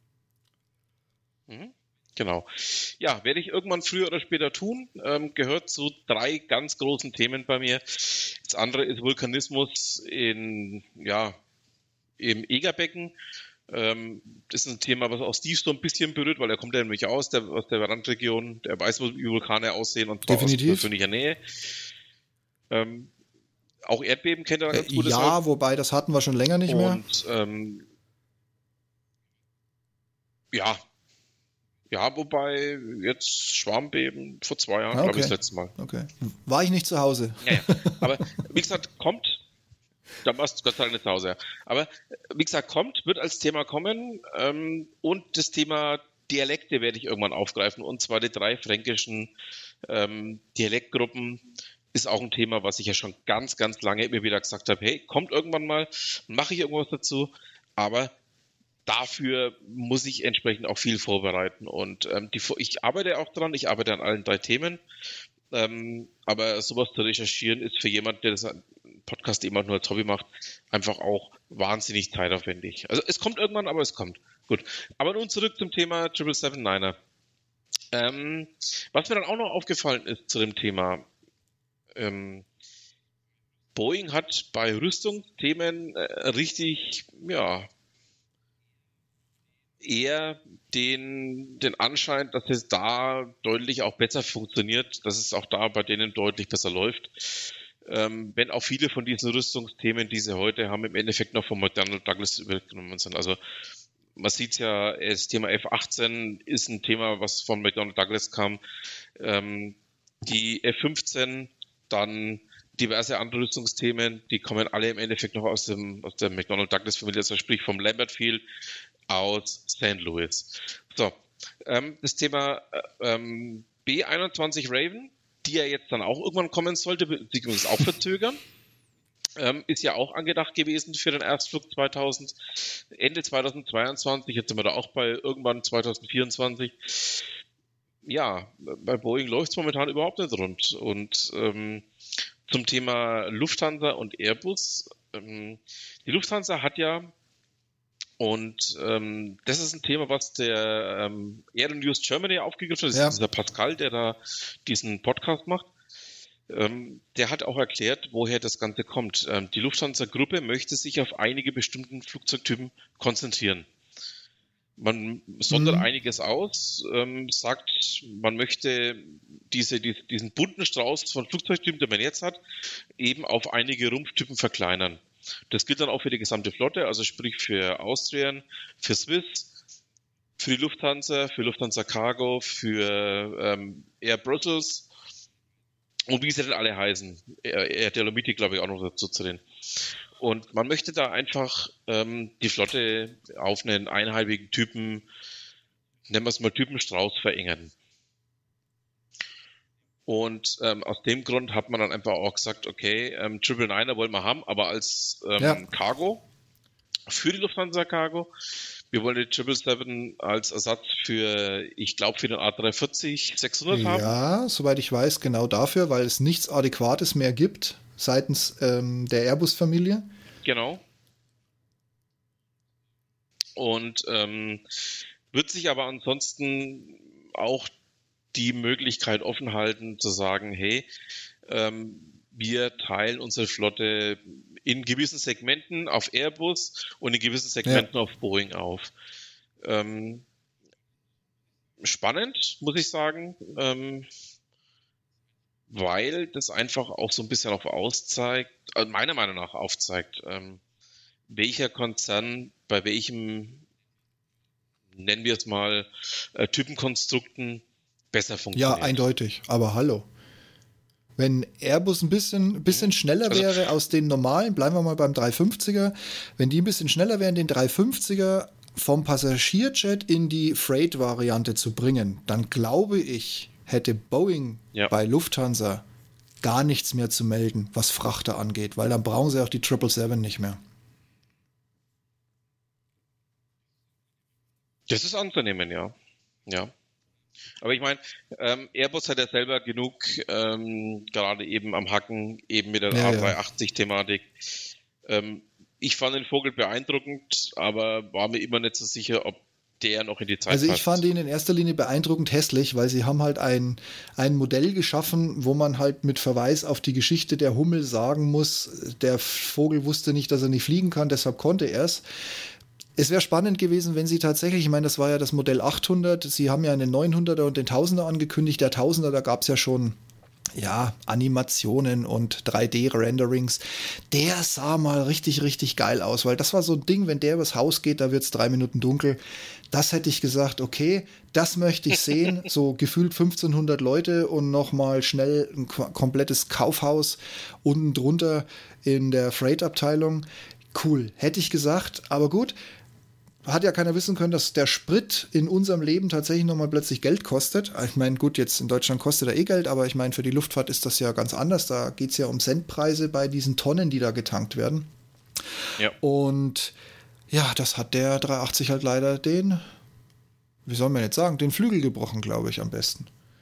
Mhm. Genau. Ja, werde ich irgendwann früher oder später tun. Gehört zu 3 ganz großen Themen bei mir. Das andere ist Vulkanismus im Egerbecken. Das ist ein Thema, was auch Steve so ein bisschen berührt, weil er kommt ja nämlich aus der Randregion. Der weiß, wie Vulkane aussehen, und zwar Definitiv. aus persönlicher Nähe. Auch Erdbeben kennt er ganz gut. Ja, wobei das hatten wir schon länger nicht mehr. Und ja, wobei jetzt Schwarmbeben vor 2 Jahren, glaube ich, das letzte Mal. Okay. War ich nicht zu Hause. Ja. Aber wie gesagt, da warst du Gott sei Dank nicht zu Hause. Ja. Aber wie gesagt, wird als Thema kommen, und das Thema Dialekte werde ich irgendwann aufgreifen, und zwar die 3 fränkischen Dialektgruppen. Ist auch ein Thema, was ich ja schon ganz, ganz lange immer wieder gesagt habe, hey, kommt irgendwann mal, mache ich irgendwas dazu, aber dafür muss ich entsprechend auch viel vorbereiten, und ich arbeite auch dran, ich arbeite an allen 3 Themen, aber sowas zu recherchieren ist für jemanden, der das Podcast immer nur als Hobby macht, einfach auch wahnsinnig zeitaufwendig. Also es kommt irgendwann, aber es kommt. Gut, aber nun zurück zum Thema 777-9er. Was mir dann auch noch aufgefallen ist zu dem Thema, Boeing hat bei Rüstungsthemen richtig, eher den Anschein, dass es da deutlich auch besser funktioniert, dass es auch da bei denen deutlich besser läuft. Wenn auch viele von diesen Rüstungsthemen, die sie heute haben, im Endeffekt noch von McDonnell Douglas übergenommen sind. Also man sieht ja, das Thema F-18 ist ein Thema, was von McDonnell Douglas kam. Die F-15, dann diverse andere Rüstungsthemen, die kommen alle im Endeffekt noch aus der McDonnell Douglas Familie, also sprich vom Lambert Field aus St. Louis. So, das Thema B-21 Raven, die ja jetzt dann auch irgendwann kommen sollte, beziehungsweise auch verzögern, ist ja auch angedacht gewesen für den Erstflug Ende 2022, jetzt sind wir da auch bei irgendwann 2024. Ja, bei Boeing läuft es momentan überhaupt nicht rund. Und zum Thema Lufthansa und Airbus, die Lufthansa hat ja, und das ist ein Thema, was der Aero News Germany aufgegriffen hat. Das ist dieser Pascal, der da diesen Podcast macht. Der hat auch erklärt, woher das Ganze kommt. Die Lufthansa-Gruppe möchte sich auf einige bestimmten Flugzeugtypen konzentrieren. Man sondert einiges aus, sagt, man möchte diesen bunten Strauß von Flugzeugtypen, den man jetzt hat, eben auf einige Rumpftypen verkleinern. Das gilt dann auch für die gesamte Flotte, also sprich für Austrian, für Swiss, für die Lufthansa, für Lufthansa Cargo, für Air Brussels und wie sie denn alle heißen. Air Dolomiti, glaube ich, auch noch dazu zu nennen. Und man möchte da einfach die Flotte auf einen einheitlichen Typen, nennen wir es mal Typenstrauß, verengen. Und aus dem Grund hat man dann einfach auch gesagt, okay, 777er wollen wir haben, aber als Cargo für die Lufthansa Cargo. Wir wollen die 777 als Ersatz für, ich glaube, für den A340-600 haben. Ja, soweit ich weiß, genau dafür, weil es nichts Adäquates mehr gibt seitens der Airbus-Familie. Genau. Und wird sich aber ansonsten auch die Möglichkeit offen halten, zu sagen, hey, wir teilen unsere Flotte in gewissen Segmenten auf Airbus und in gewissen Segmenten auf Boeing auf. Spannend, muss ich sagen, weil das einfach auch so ein bisschen auf meiner Meinung nach aufzeigt, welcher Konzern bei welchem, nennen wir es mal, Typenkonstrukten besser Ja, funktioniert. eindeutig. Aber hallo. Wenn Airbus ein bisschen schneller Also- wäre aus den normalen, bleiben wir mal beim 350er, wenn die ein bisschen schneller wären, den 350er vom Passagierjet in die Freight-Variante zu bringen, dann glaube ich, hätte Boeing Ja. bei Lufthansa gar nichts mehr zu melden, was Frachter angeht, weil dann brauchen sie auch die 777 nicht mehr. Das ist anzunehmen, ja. Ja. Aber ich meine, Airbus hat ja selber genug, gerade eben am Hacken, eben mit der Ja, ja. A380-Thematik. Ich fand den Vogel beeindruckend, aber war mir immer nicht so sicher, ob der noch in die Zeit Also ich passt. fand ihn in erster Linie beeindruckend hässlich, weil sie haben halt ein Modell geschaffen, wo man halt mit Verweis auf die Geschichte der Hummel sagen muss, der Vogel wusste nicht, dass er nicht fliegen kann, deshalb konnte er es. Es wäre spannend gewesen, wenn sie tatsächlich, ich meine, das war ja das Modell 800, sie haben ja einen 900er und den 1000er angekündigt. Der 1000er, da gab es ja schon Animationen und 3D-Renderings. Der sah mal richtig, richtig geil aus, weil das war so ein Ding, wenn der übers Haus geht, da wird es 3 Minuten dunkel. Das hätte ich gesagt, okay, das möchte ich sehen. So gefühlt 1500 Leute und nochmal schnell ein komplettes Kaufhaus unten drunter in der Freight-Abteilung. Cool, hätte ich gesagt, aber gut. Hat ja keiner wissen können, dass der Sprit in unserem Leben tatsächlich nochmal plötzlich Geld kostet. Ich meine, gut, jetzt in Deutschland kostet er Geld, aber ich meine, für die Luftfahrt ist das ja ganz anders. Da geht es ja um Centpreise bei diesen Tonnen, die da getankt werden. Ja. Und ja, das hat der 380 halt leider wie soll man jetzt sagen, den Flügel gebrochen, glaube ich, am besten.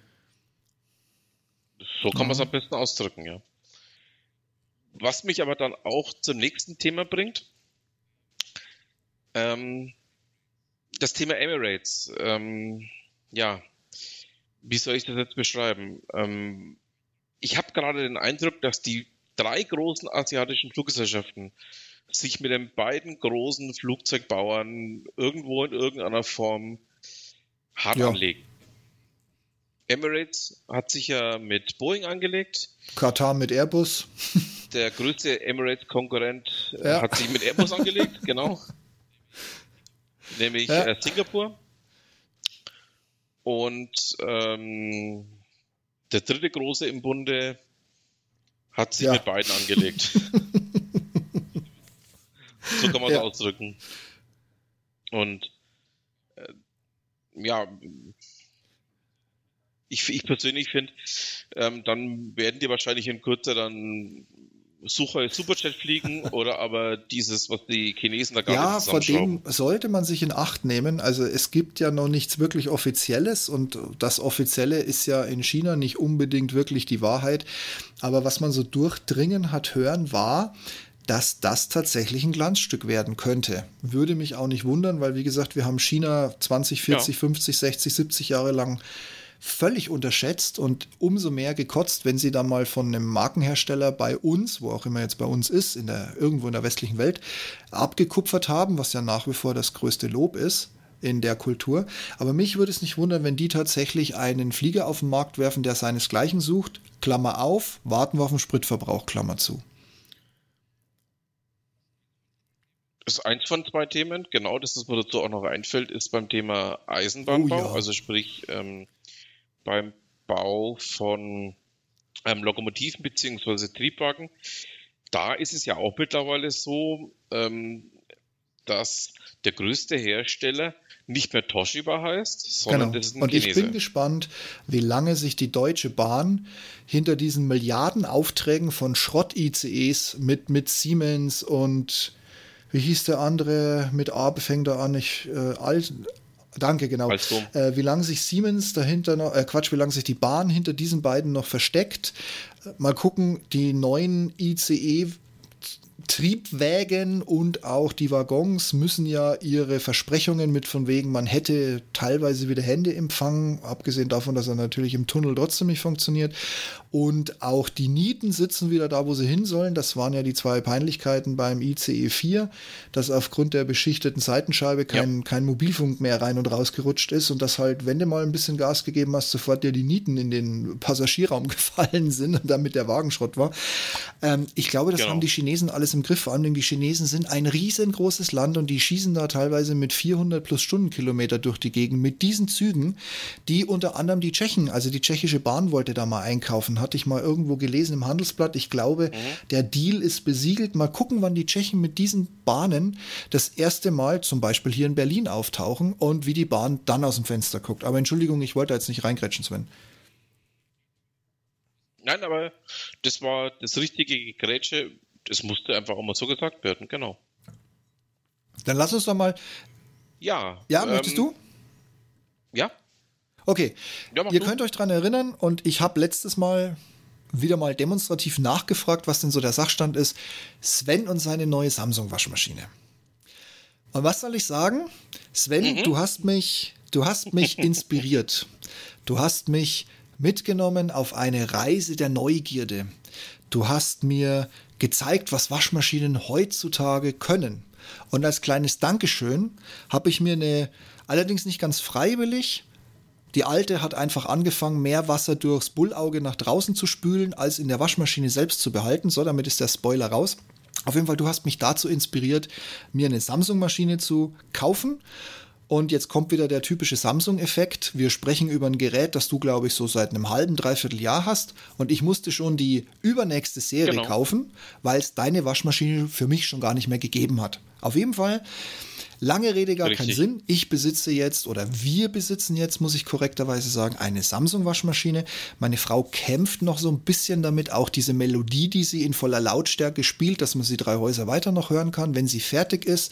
So kann man es am besten ausdrücken, ja. Was mich aber dann auch zum nächsten Thema bringt, das Thema Emirates. Ja, wie soll ich das jetzt beschreiben? Ich habe gerade den Eindruck, dass die 3 großen asiatischen Fluggesellschaften sich mit den beiden großen Flugzeugbauern irgendwo in irgendeiner Form hart Ja. anlegen. Emirates hat sich ja mit Boeing angelegt. Katar mit Airbus. Der größte Emirates-Konkurrent Ja. hat sich mit Airbus angelegt, genau. Nämlich Ja. Singapur. Und der dritte große im Bunde hat sich Ja. mit beiden angelegt. So kann man es Ja. ausdrücken. Und ja, ich persönlich finde, dann werden die wahrscheinlich in Kürze dann Sucher Superjet fliegen oder aber dieses, was die Chinesen da gar Ja, nicht vor zusammenschrauben. dem sollte man sich in Acht nehmen. Also es gibt ja noch nichts wirklich Offizielles und das Offizielle ist ja in China nicht unbedingt wirklich die Wahrheit. Aber was man so durchdringen hat hören, war, dass das tatsächlich ein Glanzstück werden könnte. Würde mich auch nicht wundern, weil wie gesagt, wir haben China 20, 40, 50, 60, 70 Jahre lang völlig unterschätzt und umso mehr gekotzt, wenn sie dann mal von einem Markenhersteller bei uns, wo auch immer jetzt bei uns ist, irgendwo in der westlichen Welt, abgekupfert haben, was ja nach wie vor das größte Lob ist in der Kultur. Aber mich würde es nicht wundern, wenn die tatsächlich einen Flieger auf den Markt werfen, der seinesgleichen sucht, Klammer auf, warten wir auf den Spritverbrauch, Klammer zu. Das ist eins von 2 Themen, genau, das mir dazu auch noch einfällt, ist beim Thema Eisenbahnbau, Oh ja. also sprich beim Bau von Lokomotiven bzw. Triebwagen. Da ist es ja auch mittlerweile so, dass der größte Hersteller nicht mehr Toshiba heißt, sondern Genau. das ist ein Und ich Chinese. bin gespannt, wie lange sich die Deutsche Bahn hinter diesen Milliardenaufträgen von Schrott-ICEs mit Siemens und wie hieß der andere mit A fängt er an, danke, genau. Alstom. Wie lange sich Siemens dahinter noch, wie lange sich die Bahn hinter diesen beiden noch versteckt. Mal gucken, die neuen ICE-Triebwägen und auch die Waggons müssen ja ihre Versprechungen mit von wegen, man hätte teilweise wieder Handyempfang, abgesehen davon, dass er natürlich im Tunnel trotzdem nicht funktioniert. Und auch die Nieten sitzen wieder da, wo sie hin sollen. Das waren ja die 2 Peinlichkeiten beim ICE 4, dass aufgrund der beschichteten Seitenscheibe kein Mobilfunk mehr rein und rausgerutscht ist und dass halt, wenn du mal ein bisschen Gas gegeben hast, sofort dir die Nieten in den Passagierraum gefallen sind und damit der Wagen Schrott war. Ich glaube, das Genau. haben die Chinesen alles im Griff. Vor allem die Chinesen sind ein riesengroßes Land und die schießen da teilweise mit 400 plus Stundenkilometer durch die Gegend mit diesen Zügen, die unter anderem die Tschechen, also die tschechische Bahn wollte da mal einkaufen. Hatte ich mal irgendwo gelesen im Handelsblatt. Ich glaube, der Deal ist besiegelt. Mal gucken, wann die Tschechen mit diesen Bahnen das erste Mal zum Beispiel hier in Berlin auftauchen und wie die Bahn dann aus dem Fenster guckt. Aber Entschuldigung, ich wollte jetzt nicht reingrätschen, Sven. Nein, aber das war das richtige Gegrätsche. Das musste einfach auch mal so gesagt werden, genau. Dann lass uns doch mal. Ja. Ja, möchtest du? Ja. Okay. Ja, mach Ihr du. könnt euch dran erinnern und ich habe letztes Mal wieder mal demonstrativ nachgefragt, was denn so der Sachstand ist. Sven und seine neue Samsung-Waschmaschine. Und was soll ich sagen? Sven, du hast mich inspiriert. Du hast mich mitgenommen auf eine Reise der Neugierde. Du hast mir gezeigt, was Waschmaschinen heutzutage können. Und als kleines Dankeschön habe ich mir allerdings nicht ganz freiwillig, die alte hat einfach angefangen, mehr Wasser durchs Bullauge nach draußen zu spülen, als in der Waschmaschine selbst zu behalten. So, damit ist der Spoiler raus. Auf jeden Fall, du hast mich dazu inspiriert, mir eine Samsung-Maschine zu kaufen. Und jetzt kommt wieder der typische Samsung-Effekt. Wir sprechen über ein Gerät, das du, glaube ich, so seit einem halben, dreiviertel Jahr hast. Und ich musste schon die übernächste Serie kaufen, weil es deine Waschmaschine für mich schon gar nicht mehr gegeben hat. Auf jeden Fall, lange Rede, gar keinen Sinn. Ich besitze jetzt, oder wir besitzen jetzt, muss ich korrekterweise sagen, eine Samsung-Waschmaschine. Meine Frau kämpft noch so ein bisschen damit, auch diese Melodie, die sie in voller Lautstärke spielt, dass man sie 3 Häuser weiter noch hören kann, wenn sie fertig ist.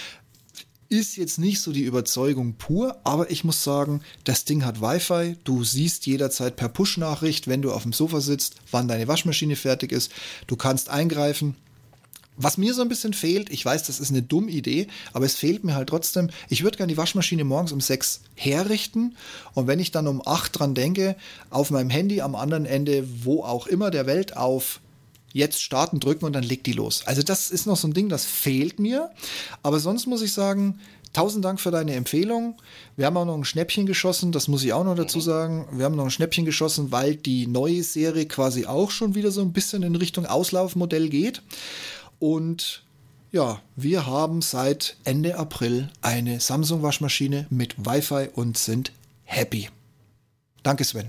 Ist jetzt nicht so die Überzeugung pur, aber ich muss sagen, das Ding hat Wi-Fi. Du siehst jederzeit per Push-Nachricht, wenn du auf dem Sofa sitzt, wann deine Waschmaschine fertig ist. Du kannst eingreifen. Was mir so ein bisschen fehlt, ich weiß, das ist eine dumme Idee, aber es fehlt mir halt trotzdem, ich würde gerne die Waschmaschine morgens um 6 herrichten und wenn ich dann um 8 dran denke, auf meinem Handy am anderen Ende, wo auch immer der Welt, auf jetzt starten drücken und dann legt die los. Also das ist noch so ein Ding, das fehlt mir. Aber sonst muss ich sagen, 1000 Dank für deine Empfehlung. Wir haben auch noch ein Schnäppchen geschossen, das muss ich auch noch dazu sagen. Wir haben noch ein Schnäppchen geschossen, weil die neue Serie quasi auch schon wieder so ein bisschen in Richtung Auslaufmodell geht. Und ja, wir haben seit Ende April eine Samsung-Waschmaschine mit Wi-Fi und sind happy. Danke, Sven.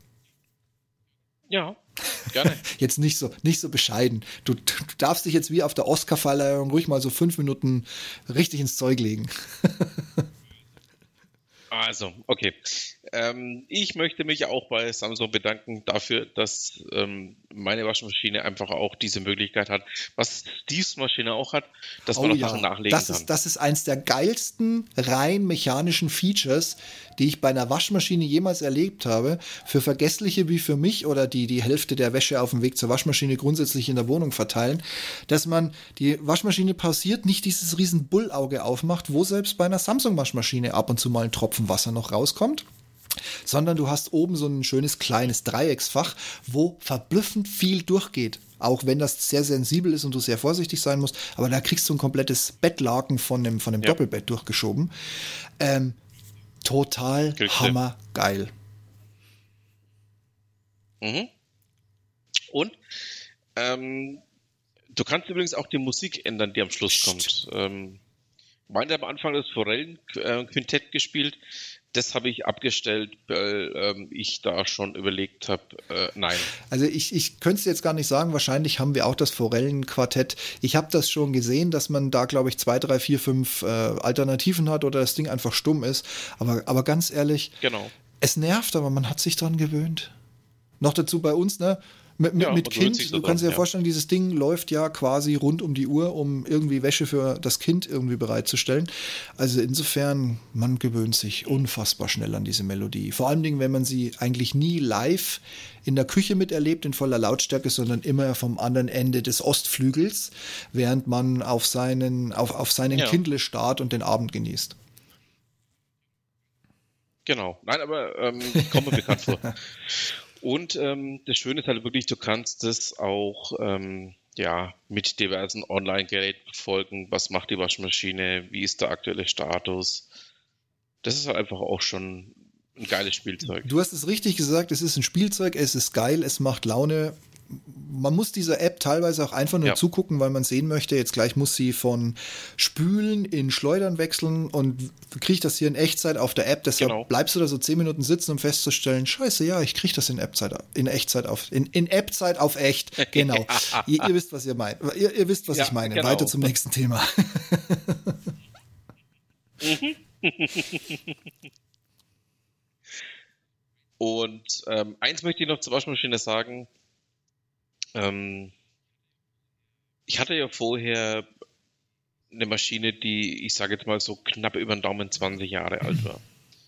Ja, gerne. Jetzt nicht so bescheiden. Du darfst dich jetzt wie auf der Oscar-Verleihung ruhig mal so 5 Minuten richtig ins Zeug legen. Also, okay. Ich möchte mich auch bei Samsung bedanken dafür, dass meine Waschmaschine einfach auch diese Möglichkeit hat, was Steves Maschine auch hat, dass man Sachen nachlegen kann. Das ist eins der geilsten rein mechanischen Features, die ich bei einer Waschmaschine jemals erlebt habe. Für Vergessliche wie für mich oder die Hälfte der Wäsche auf dem Weg zur Waschmaschine grundsätzlich in der Wohnung verteilen, dass man die Waschmaschine pausiert, nicht dieses riesen Bullauge aufmacht, wo selbst bei einer Samsung-Waschmaschine ab und zu mal ein Tropfen Wasser noch rauskommt, sondern du hast oben so ein schönes kleines Dreiecksfach, wo verblüffend viel durchgeht. Auch wenn das sehr sensibel ist und du sehr vorsichtig sein musst, aber da kriegst du ein komplettes Bettlaken von dem Doppelbett durchgeschoben. Total hammergeil. Mhm. Und du kannst übrigens auch die Musik ändern, die am Schluss kommt. Meinte am Anfang das Forellenquintett gespielt. Das habe ich abgestellt, weil ich da schon überlegt habe, nein. Also ich könnte es jetzt gar nicht sagen, wahrscheinlich haben wir auch das Forellenquartett. Ich habe das schon gesehen, dass man da, glaube ich, 2, 3, 4, 5 Alternativen hat oder das Ding einfach stumm ist. Aber ganz ehrlich, genau. Es nervt, aber man hat sich dran gewöhnt. Noch dazu bei uns, ne? Mit Kind, du kannst dir ja vorstellen, dieses Ding läuft ja quasi rund um die Uhr, um irgendwie Wäsche für das Kind irgendwie bereitzustellen. Also insofern, man gewöhnt sich unfassbar schnell an diese Melodie. Vor allen Dingen, wenn man sie eigentlich nie live in der Küche miterlebt, in voller Lautstärke, sondern immer vom anderen Ende des Ostflügels, während man auf seinen Kindle starrt und den Abend genießt. Genau. Nein, aber kommt mir bekannt vor. Und das Schöne ist halt wirklich, du kannst das auch mit diversen Online-Geräten verfolgen. Was macht die Waschmaschine? Wie ist der aktuelle Status? Das ist halt einfach auch schon ein geiles Spielzeug. Du hast es richtig gesagt, es ist ein Spielzeug, es ist geil, es macht Laune. man muss dieser App teilweise auch einfach nur zugucken, weil man sehen möchte, jetzt gleich muss sie von Spülen in Schleudern wechseln und kriegt das hier in Echtzeit auf der App. Deshalb bleibst du da so 10 Minuten sitzen, um festzustellen, scheiße, ja, ich kriege das in Echtzeit auf echt. Genau. Ihr wisst, was ihr meint. Ihr wisst, was ich meine. Genau. Weiter zum nächsten Thema. Und eins möchte ich noch zur Waschmaschine sagen. Ich hatte ja vorher eine Maschine, die, ich sage jetzt mal so knapp über den Daumen 20 Jahre alt war.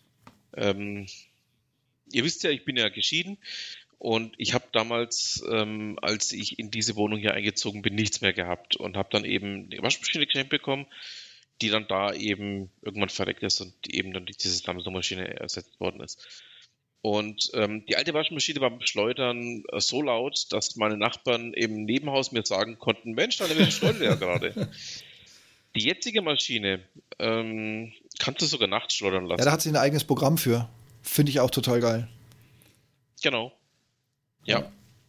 Ihr wisst ja, ich bin ja geschieden und ich habe damals, als ich in diese Wohnung hier eingezogen bin, nichts mehr gehabt und habe dann eben eine Waschmaschine geschenkt bekommen, die dann da eben irgendwann verreckt ist und eben dann durch diese Samsung-Maschine ersetzt worden ist. Und die alte Waschmaschine war beim Schleudern so laut, dass meine Nachbarn im Nebenhaus mir sagen konnten, Mensch, da schleudert ja gerade. Die jetzige Maschine kannst du sogar nachts schleudern lassen. Ja, da hat sie ein eigenes Programm für. Finde ich auch total geil. Genau. Ja.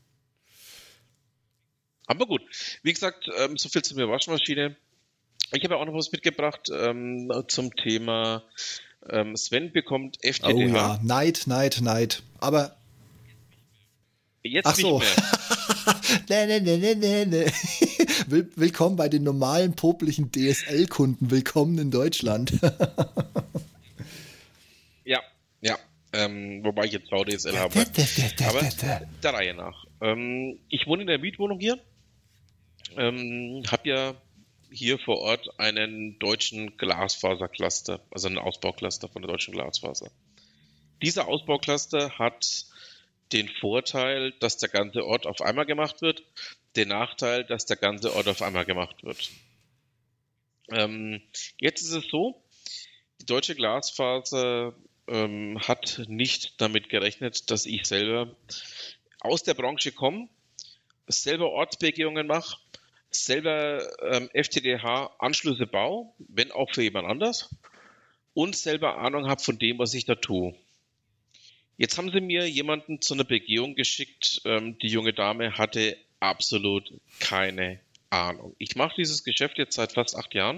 Aber gut, wie gesagt, so viel zu mir Waschmaschine. Ich habe auch noch was mitgebracht zum Thema Sven bekommt FTTH. Oh ja, Neid. Aber jetzt nicht mehr. Nee. Willkommen bei den normalen, poplichen DSL-Kunden. Willkommen in Deutschland. Ja. Wobei ich jetzt VDSL habe. Aber der Reihe nach. Ich wohne in der Mietwohnung hier. Habe ja hier vor Ort einen deutschen Glasfasercluster, also einen Ausbaucluster von der deutschen Glasfaser. Dieser Ausbaucluster hat den Vorteil, dass der ganze Ort auf einmal gemacht wird, den Nachteil, dass der ganze Ort auf einmal gemacht wird. Jetzt ist es so, die deutsche Glasfaser hat nicht damit gerechnet, dass ich selber aus der Branche komme, selber Ortsbegehungen mache, selber FTTH-Anschlüsse baue, wenn auch für jemand anders, und selber Ahnung habe von dem, was ich da tue. Jetzt haben sie mir jemanden zu einer Begehung geschickt. Die junge Dame hatte absolut keine Ahnung. Ich mache dieses Geschäft jetzt seit fast 8 Jahren.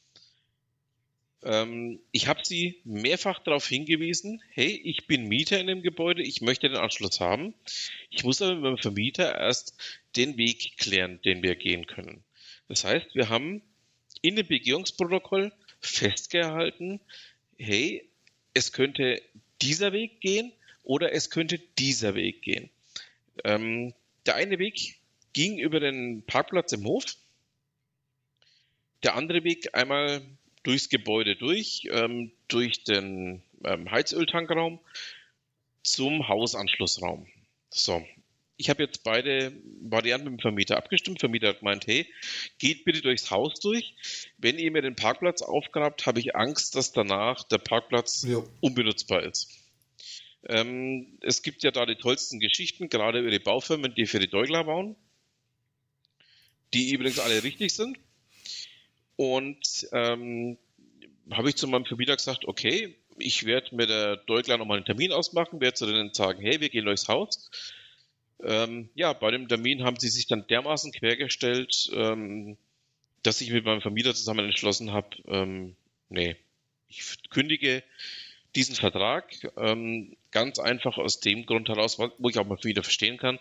Ich habe sie mehrfach darauf hingewiesen, hey, ich bin Mieter in dem Gebäude, ich möchte den Anschluss haben. Ich muss aber mit dem Vermieter erst den Weg klären, den wir gehen können. Das heißt, wir haben in dem Begehungsprotokoll festgehalten, hey, es könnte dieser Weg gehen oder es könnte dieser Weg gehen. Der eine Weg ging über den Parkplatz im Hof, der andere Weg einmal durchs Gebäude durch den Heizöltankraum zum Hausanschlussraum. So, ich habe jetzt beide Varianten mit dem Vermieter abgestimmt. Der Vermieter hat gemeint, hey, geht bitte durchs Haus durch. Wenn ihr mir den Parkplatz aufgrabt, habe ich Angst, dass danach der Parkplatz unbenutzbar ist. Es gibt ja da die tollsten Geschichten, gerade über die Baufirmen, die für die Deugler bauen, die übrigens alle richtig sind. Und habe ich zu meinem Vermieter gesagt, okay, ich werde mit der Deugler nochmal einen Termin ausmachen, werde zu denen sagen, hey, wir gehen durchs Haus. Bei dem Termin haben sie sich dann dermaßen quergestellt, dass ich mit meinem Vermieter zusammen entschlossen habe, nee, ich kündige diesen Vertrag, ganz einfach aus dem Grund heraus, wo ich auch mal wieder verstehen kann,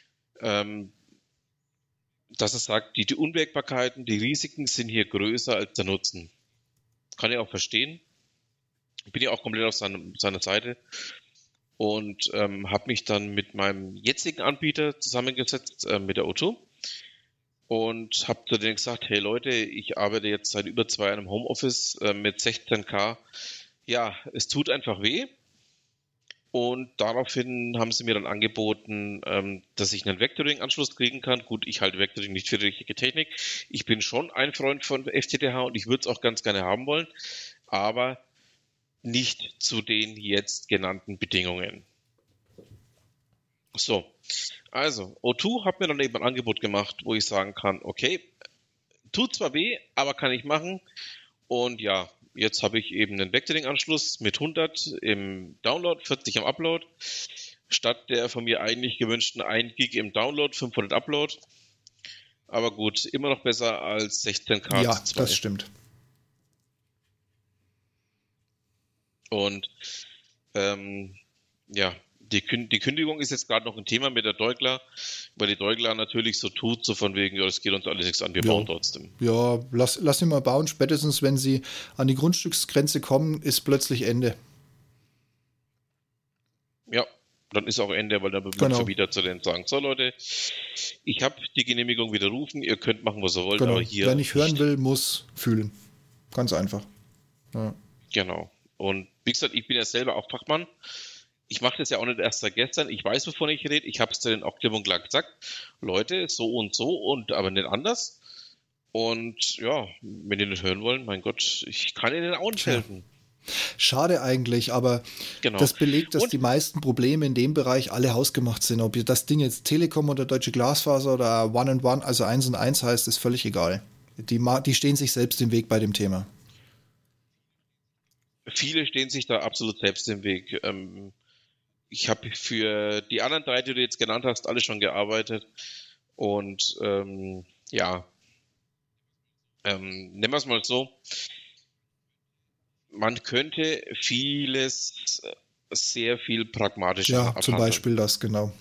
dass es sagt, die Unwägbarkeiten, die Risiken sind hier größer als der Nutzen. Kann ich auch verstehen. Ich bin ja auch komplett auf seiner Seite und habe mich dann mit meinem jetzigen Anbieter zusammengesetzt, mit der O2, und habe zu denen gesagt, hey Leute, ich arbeite jetzt seit über 2 Jahren im Homeoffice mit 16K. Ja, es tut einfach weh. Und daraufhin haben sie mir dann angeboten, dass ich einen Vectoring-Anschluss kriegen kann. Gut, ich halte Vectoring nicht für die richtige Technik. Ich bin schon ein Freund von FTTH und ich würde es auch ganz gerne haben wollen, aber nicht zu den jetzt genannten Bedingungen. So, also O2 hat mir dann eben ein Angebot gemacht, wo ich sagen kann, okay, tut zwar weh, aber kann ich machen. Und ja, jetzt habe ich eben einen Vectoring-Anschluss mit 100 im Download, 40 im Upload. statt der von mir eigentlich gewünschten 1 Gig im Download, 500 Upload. Aber gut, immer noch besser als 16K Ja, zu 2. das stimmt. Und ja, die Kündigung ist jetzt gerade noch ein Thema mit der Deugler, weil die Deugler natürlich so tut, so von wegen, ja, das geht uns alles nichts an, wir bauen trotzdem. Ja, lass ihn mal bauen. Spätestens, wenn sie an die Grundstücksgrenze kommen, ist plötzlich Ende. Ja, dann ist auch Ende, weil dann wird Genau. Vermieter zu denen sagen, so Leute, ich habe die Genehmigung widerrufen, ihr könnt machen, was ihr wollt, Genau. aber hier Wer nicht hören nicht. will, muss fühlen. Ganz einfach. Ja. Genau. Und wie gesagt, ich bin ja selber auch Fachmann. Ich mache das ja auch nicht erst seit gestern. Ich weiß, wovon ich rede. Ich habe es denen auch klipp und klar gesagt. Leute, so und aber nicht anders. Und ja, wenn die nicht hören wollen, mein Gott, ich kann ihnen auch nicht helfen. Schade eigentlich, aber Genau. das belegt, dass Und- die meisten Probleme in dem Bereich alle hausgemacht sind. Ob das Ding jetzt Telekom oder Deutsche Glasfaser oder One and One, also 1 und 1 heißt, ist völlig egal. Die stehen sich selbst im Weg bei dem Thema. Viele stehen sich da absolut selbst im Weg. Ich habe für die anderen 3, die du jetzt genannt hast, alle schon gearbeitet. Und ja, nennen wir es mal so. Man könnte vieles sehr viel pragmatischer Ja, abhandeln. zum Beispiel das, genau.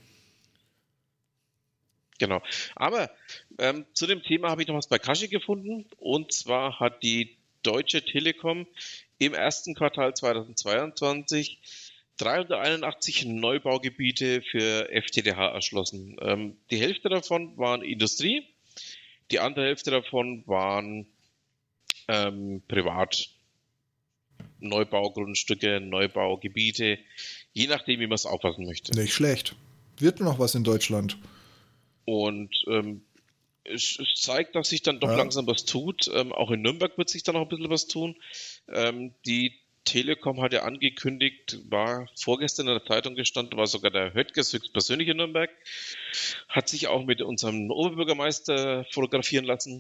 Genau. Aber zu dem Thema habe ich noch was bei Kaschi gefunden. Und zwar hat die Deutsche Telekom im ersten Quartal 2022 381 Neubaugebiete für FTTH erschlossen. Die Hälfte davon waren Industrie, die andere Hälfte davon waren privat. Neubaugrundstücke, Neubaugebiete, je nachdem, wie man es auffassen möchte. Nicht schlecht. Wird noch was in Deutschland. Und es zeigt, dass sich dann doch Ja. langsam was tut. Auch in Nürnberg wird sich dann noch ein bisschen was tun. Die Telekom hat ja angekündigt, war vorgestern in der Zeitung gestanden, war sogar der Höttges höchstpersönlich in Nürnberg, hat sich auch mit unserem Oberbürgermeister fotografieren lassen,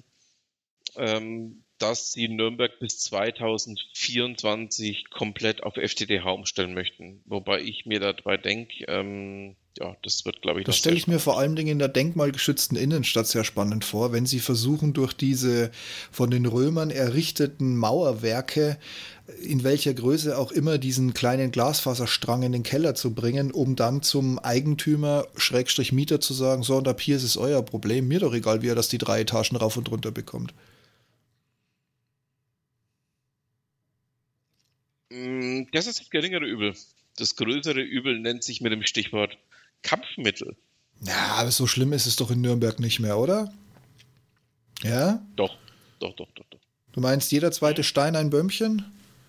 dass sie Nürnberg bis 2024 komplett auf FTTH umstellen möchten. Wobei ich mir dabei denke, ja, das wird, glaube ich, Das noch stelle sehr ich mir spannend. vor allen Dingen in der denkmalgeschützten Innenstadt sehr spannend vor, wenn sie versuchen, durch diese von den Römern errichteten Mauerwerke, in welcher Größe auch immer, diesen kleinen Glasfaserstrang in den Keller zu bringen, um dann zum Eigentümer, Schrägstrich Mieter zu sagen, so, und ab hier ist es euer Problem, mir doch egal, wie er das die 3 Etagen rauf und runter bekommt. Das ist das geringere Übel. Das größere Übel nennt sich mit dem Stichwort Kampfmittel. Ja, aber so schlimm ist es doch in Nürnberg nicht mehr, oder? Ja? Doch. Du meinst, jeder zweite Stein ein Böhmchen?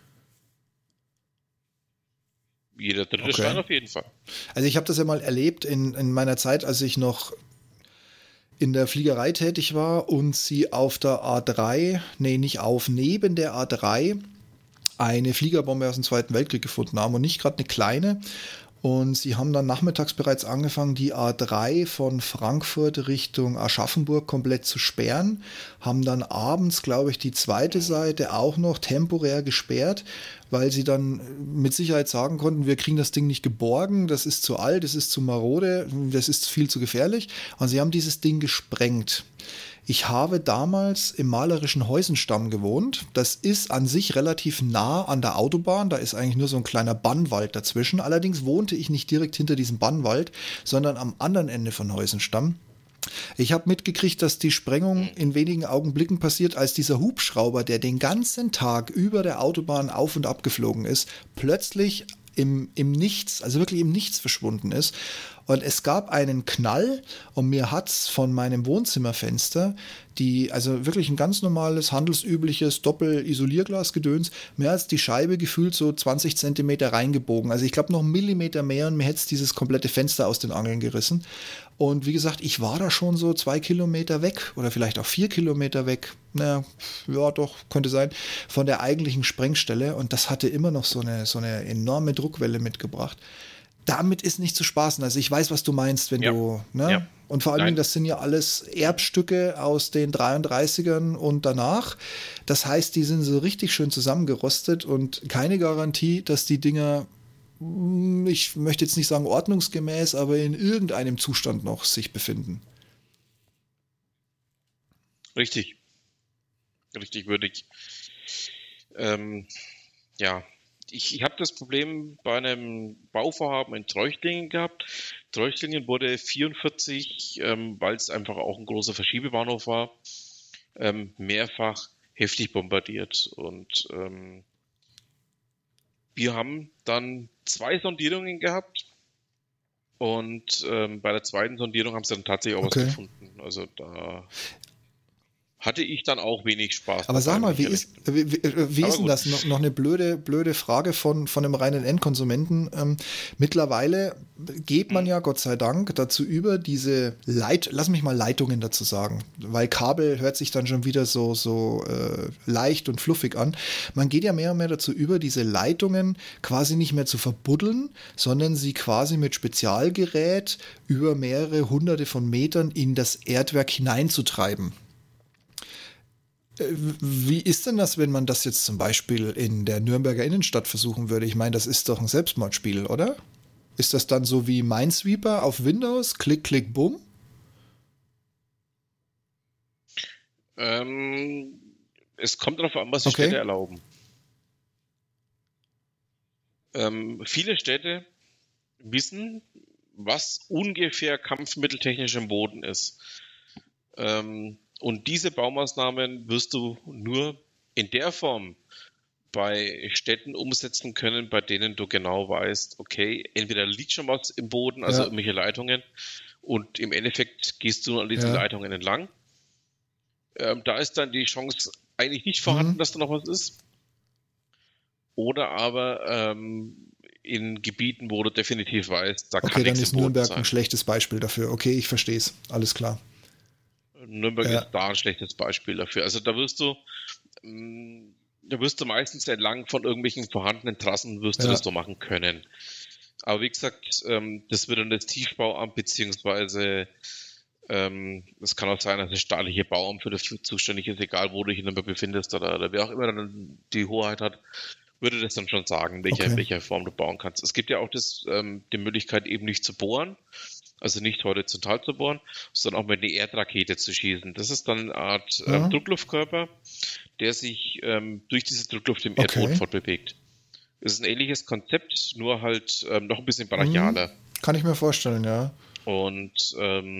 Jeder dritte Okay. Stein auf jeden Fall. Also ich habe das ja mal erlebt in meiner Zeit, als ich noch in der Fliegerei tätig war und sie auf der A3, neben der A3 eine Fliegerbombe aus dem Zweiten Weltkrieg gefunden haben und nicht gerade eine kleine. Und sie haben dann nachmittags bereits angefangen, die A3 von Frankfurt Richtung Aschaffenburg komplett zu sperren, haben dann abends, glaube ich, die zweite Seite auch noch temporär gesperrt, weil sie dann mit Sicherheit sagen konnten, wir kriegen das Ding nicht geborgen, das ist zu alt, das ist zu marode, das ist viel zu gefährlich. Und sie haben dieses Ding gesprengt. Ich habe damals im malerischen Heusenstamm gewohnt. Das ist an sich relativ nah an der Autobahn. Da ist eigentlich nur so ein kleiner Bannwald dazwischen. Allerdings wohnte ich nicht direkt hinter diesem Bannwald, sondern am anderen Ende von Heusenstamm. Ich habe mitgekriegt, dass die Sprengung in wenigen Augenblicken passiert, als dieser Hubschrauber, der den ganzen Tag über der Autobahn auf und ab geflogen ist, plötzlich im Nichts, also wirklich im Nichts verschwunden ist. Und es gab einen Knall und mir hat's von meinem Wohnzimmerfenster, also wirklich ein ganz normales, handelsübliches Doppel-Isolierglas-Gedöns, mir hat's die Scheibe gefühlt so 20 Zentimeter reingebogen. Also ich glaube noch einen Millimeter mehr und mir hätte dieses komplette Fenster aus den Angeln gerissen. Und wie gesagt, ich war da schon so 2 Kilometer weg oder vielleicht auch 4 Kilometer weg. Naja, ja doch, könnte sein, von der eigentlichen Sprengstelle. Und das hatte immer noch so eine enorme Druckwelle mitgebracht. Damit ist nicht zu spaßen. Also ich weiß, was du meinst, wenn Ja. du, ne? Ja. Und vor allen Nein. Dingen, das sind ja alles Erbstücke aus den 33ern und danach. Das heißt, die sind so richtig schön zusammengerostet und keine Garantie, dass die Dinger ich möchte jetzt nicht sagen ordnungsgemäß, aber in irgendeinem Zustand noch sich befinden. Richtig. Richtig würdig. Ja, ich habe das Problem bei einem Bauvorhaben in Treuchtlingen gehabt. Treuchtlingen wurde 1944, weil es einfach auch ein großer Verschiebebahnhof war, mehrfach heftig bombardiert. Und wir haben dann 2 Sondierungen gehabt. Und bei der zweiten Sondierung haben sie dann tatsächlich auch was gefunden. Also da hatte ich dann auch wenig Spaß. Aber sag mal, wie ist denn das? Noch eine blöde Frage von einem reinen Endkonsumenten. Mittlerweile geht man ja, Gott sei Dank, dazu über, diese lass mich mal Leitungen dazu sagen, weil Kabel hört sich dann schon wieder so leicht und fluffig an. Man geht ja mehr und mehr dazu über, diese Leitungen quasi nicht mehr zu verbuddeln, sondern sie quasi mit Spezialgerät über mehrere hunderte von Metern in das Erdwerk hineinzutreiben. Wie ist denn das, wenn man das jetzt zum Beispiel in der Nürnberger Innenstadt versuchen würde? Ich meine, das ist doch ein Selbstmordspiel, oder? Ist das dann so wie Minesweeper auf Windows? Klick, klick, bumm? Es kommt darauf an, was die Städte erlauben. Viele Städte wissen, was ungefähr kampfmitteltechnisch im Boden ist. Und diese Baumaßnahmen wirst du nur in der Form bei Städten umsetzen können, bei denen du genau weißt, okay, entweder liegt schon was im Boden, also irgendwelche Leitungen, und im Endeffekt gehst du an diesen Leitungen entlang. Da ist dann die Chance eigentlich nicht vorhanden, dass da noch was ist. Oder aber in Gebieten, wo du definitiv weißt, da kann nichts im Boden sein. Okay, dann ist Nürnberg ein schlechtes Beispiel dafür. Okay, ich verstehe es. Alles klar. Nürnberg ist da ein schlechtes Beispiel dafür. Also da wirst du meistens entlang von irgendwelchen vorhandenen Trassen wirst du das so machen können. Aber wie gesagt, das wird dann das Tiefbauamt beziehungsweise es kann auch sein, dass das staatliche Bauamt für dafür zuständig ist, egal wo du dich in Nürnberg befindest oder wer auch immer dann die Hoheit hat, würde das dann schon sagen, in welcher Form du bauen kannst. Es gibt ja auch die Möglichkeit eben nicht zu bohren, also nicht horizontal zu bohren, sondern auch mit einer Erdrakete zu schießen. Das ist dann eine Art Druckluftkörper, der sich durch diese Druckluft im Erdboden fortbewegt. Das ist ein ähnliches Konzept, nur halt noch ein bisschen brachialer. Kann ich mir vorstellen, ja. Und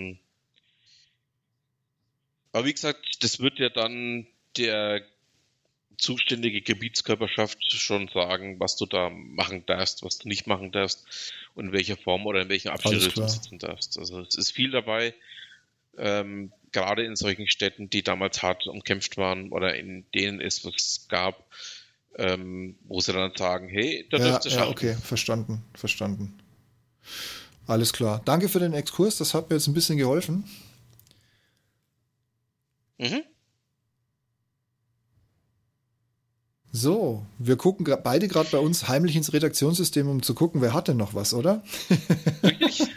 aber wie gesagt, das wird ja dann der zuständige Gebietskörperschaft schon sagen, was du da machen darfst, was du nicht machen darfst und in welcher Form oder in welchem Abstand du umsetzen darfst. Also es ist viel dabei, gerade in solchen Städten, die damals hart umkämpft waren oder in denen es was gab, wo sie dann sagen, hey, da dürft ihr schaffen. Ja, okay, verstanden. Alles klar. Danke für den Exkurs, das hat mir jetzt ein bisschen geholfen. So, wir gucken beide gerade bei uns heimlich ins Redaktionssystem, um zu gucken, wer hat denn noch was, oder? Wirklich?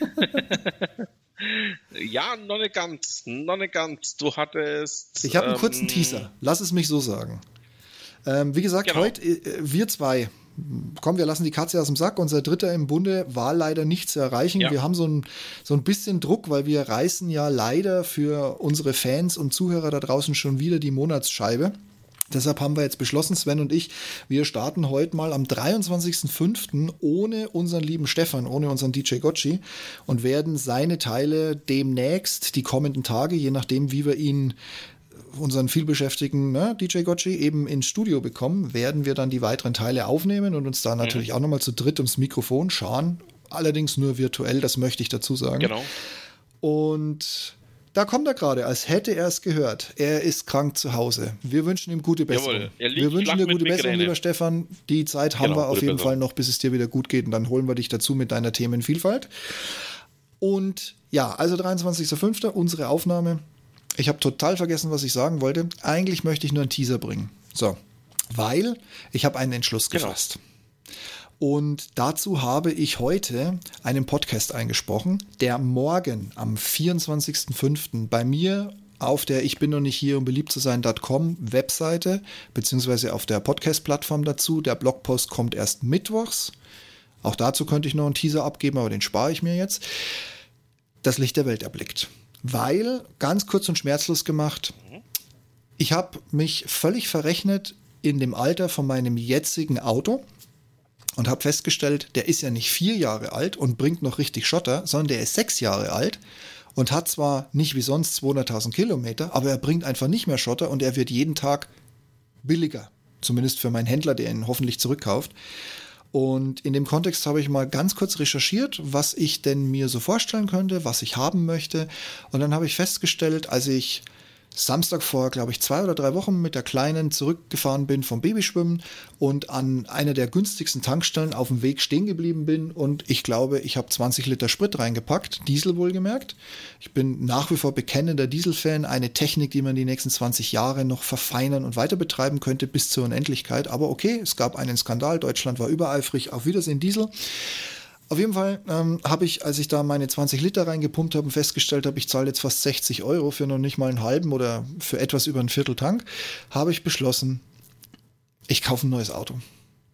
Ja, noch nicht ganz. Du hattest... Ich habe einen kurzen Teaser, lass es mich so sagen. Wie gesagt, heute, wir zwei, komm, wir lassen die Katze aus dem Sack. Unser Dritter im Bunde war leider nicht zu erreichen. Ja. Wir haben so ein bisschen Druck, weil wir reißen ja leider für unsere Fans und Zuhörer da draußen schon wieder die Monatsscheibe. Deshalb haben wir jetzt beschlossen, Sven und ich, wir starten heute mal am 23.05. ohne unseren lieben Stefan, ohne unseren DJ Gotchi und werden seine Teile demnächst, die kommenden Tage, je nachdem, wie wir ihn, unseren vielbeschäftigten DJ Gotchi, eben ins Studio bekommen, werden wir dann die weiteren Teile aufnehmen und uns da natürlich auch nochmal zu dritt ums Mikrofon scharen. Allerdings nur virtuell, das möchte ich dazu sagen. Genau. Und da kommt er gerade, als hätte er es gehört. Er ist krank zu Hause. Wir wünschen ihm gute Besserung. Wir wünschen dir gute Besserung, lieber Stefan. Die Zeit haben wir auf jeden Fall noch, bis es dir wieder gut geht. Und dann holen wir dich dazu mit deiner Themenvielfalt. Und ja, also 23.05. unsere Aufnahme. Ich habe total vergessen, was ich sagen wollte. Eigentlich möchte ich nur einen Teaser bringen. So, weil ich habe einen Entschluss gefasst. Und dazu habe ich heute einen Podcast eingesprochen, der morgen am 24.05. bei mir auf der Ich bin noch nicht hier, um beliebt zu sein.com Webseite, beziehungsweise auf der Podcast-Plattform dazu. Der Blogpost kommt erst mittwochs. Auch dazu könnte ich noch einen Teaser abgeben, aber den spare ich mir jetzt. Das Licht der Welt erblickt. Weil, ganz kurz und schmerzlos gemacht, ich habe mich völlig verrechnet in dem Alter von meinem jetzigen Auto und habe festgestellt, der ist ja nicht 4 Jahre alt und bringt noch richtig Schotter, sondern der ist 6 Jahre alt und hat zwar nicht wie sonst 200.000 Kilometer, aber er bringt einfach nicht mehr Schotter und er wird jeden Tag billiger. Zumindest für meinen Händler, der ihn hoffentlich zurückkauft. Und in dem Kontext habe ich mal ganz kurz recherchiert, was ich denn mir so vorstellen könnte, was ich haben möchte. Und dann habe ich festgestellt, als ich Samstag vor, glaube ich, 2 oder 3 Wochen mit der Kleinen zurückgefahren bin vom Babyschwimmen und an einer der günstigsten Tankstellen auf dem Weg stehen geblieben bin und ich glaube, ich habe 20 Liter Sprit reingepackt, Diesel wohlgemerkt. Ich bin nach wie vor bekennender Dieselfan, eine Technik, die man die nächsten 20 Jahre noch verfeinern und weiter betreiben könnte bis zur Unendlichkeit. Aber okay, es gab einen Skandal, Deutschland war übereifrig, auf Wiedersehen Diesel. Auf jeden Fall habe ich, als ich da meine 20 Liter reingepumpt habe und festgestellt habe, ich zahle jetzt fast 60 Euro für noch nicht mal einen halben oder für etwas über ein Viertel Tank, habe ich beschlossen, ich kaufe ein neues Auto.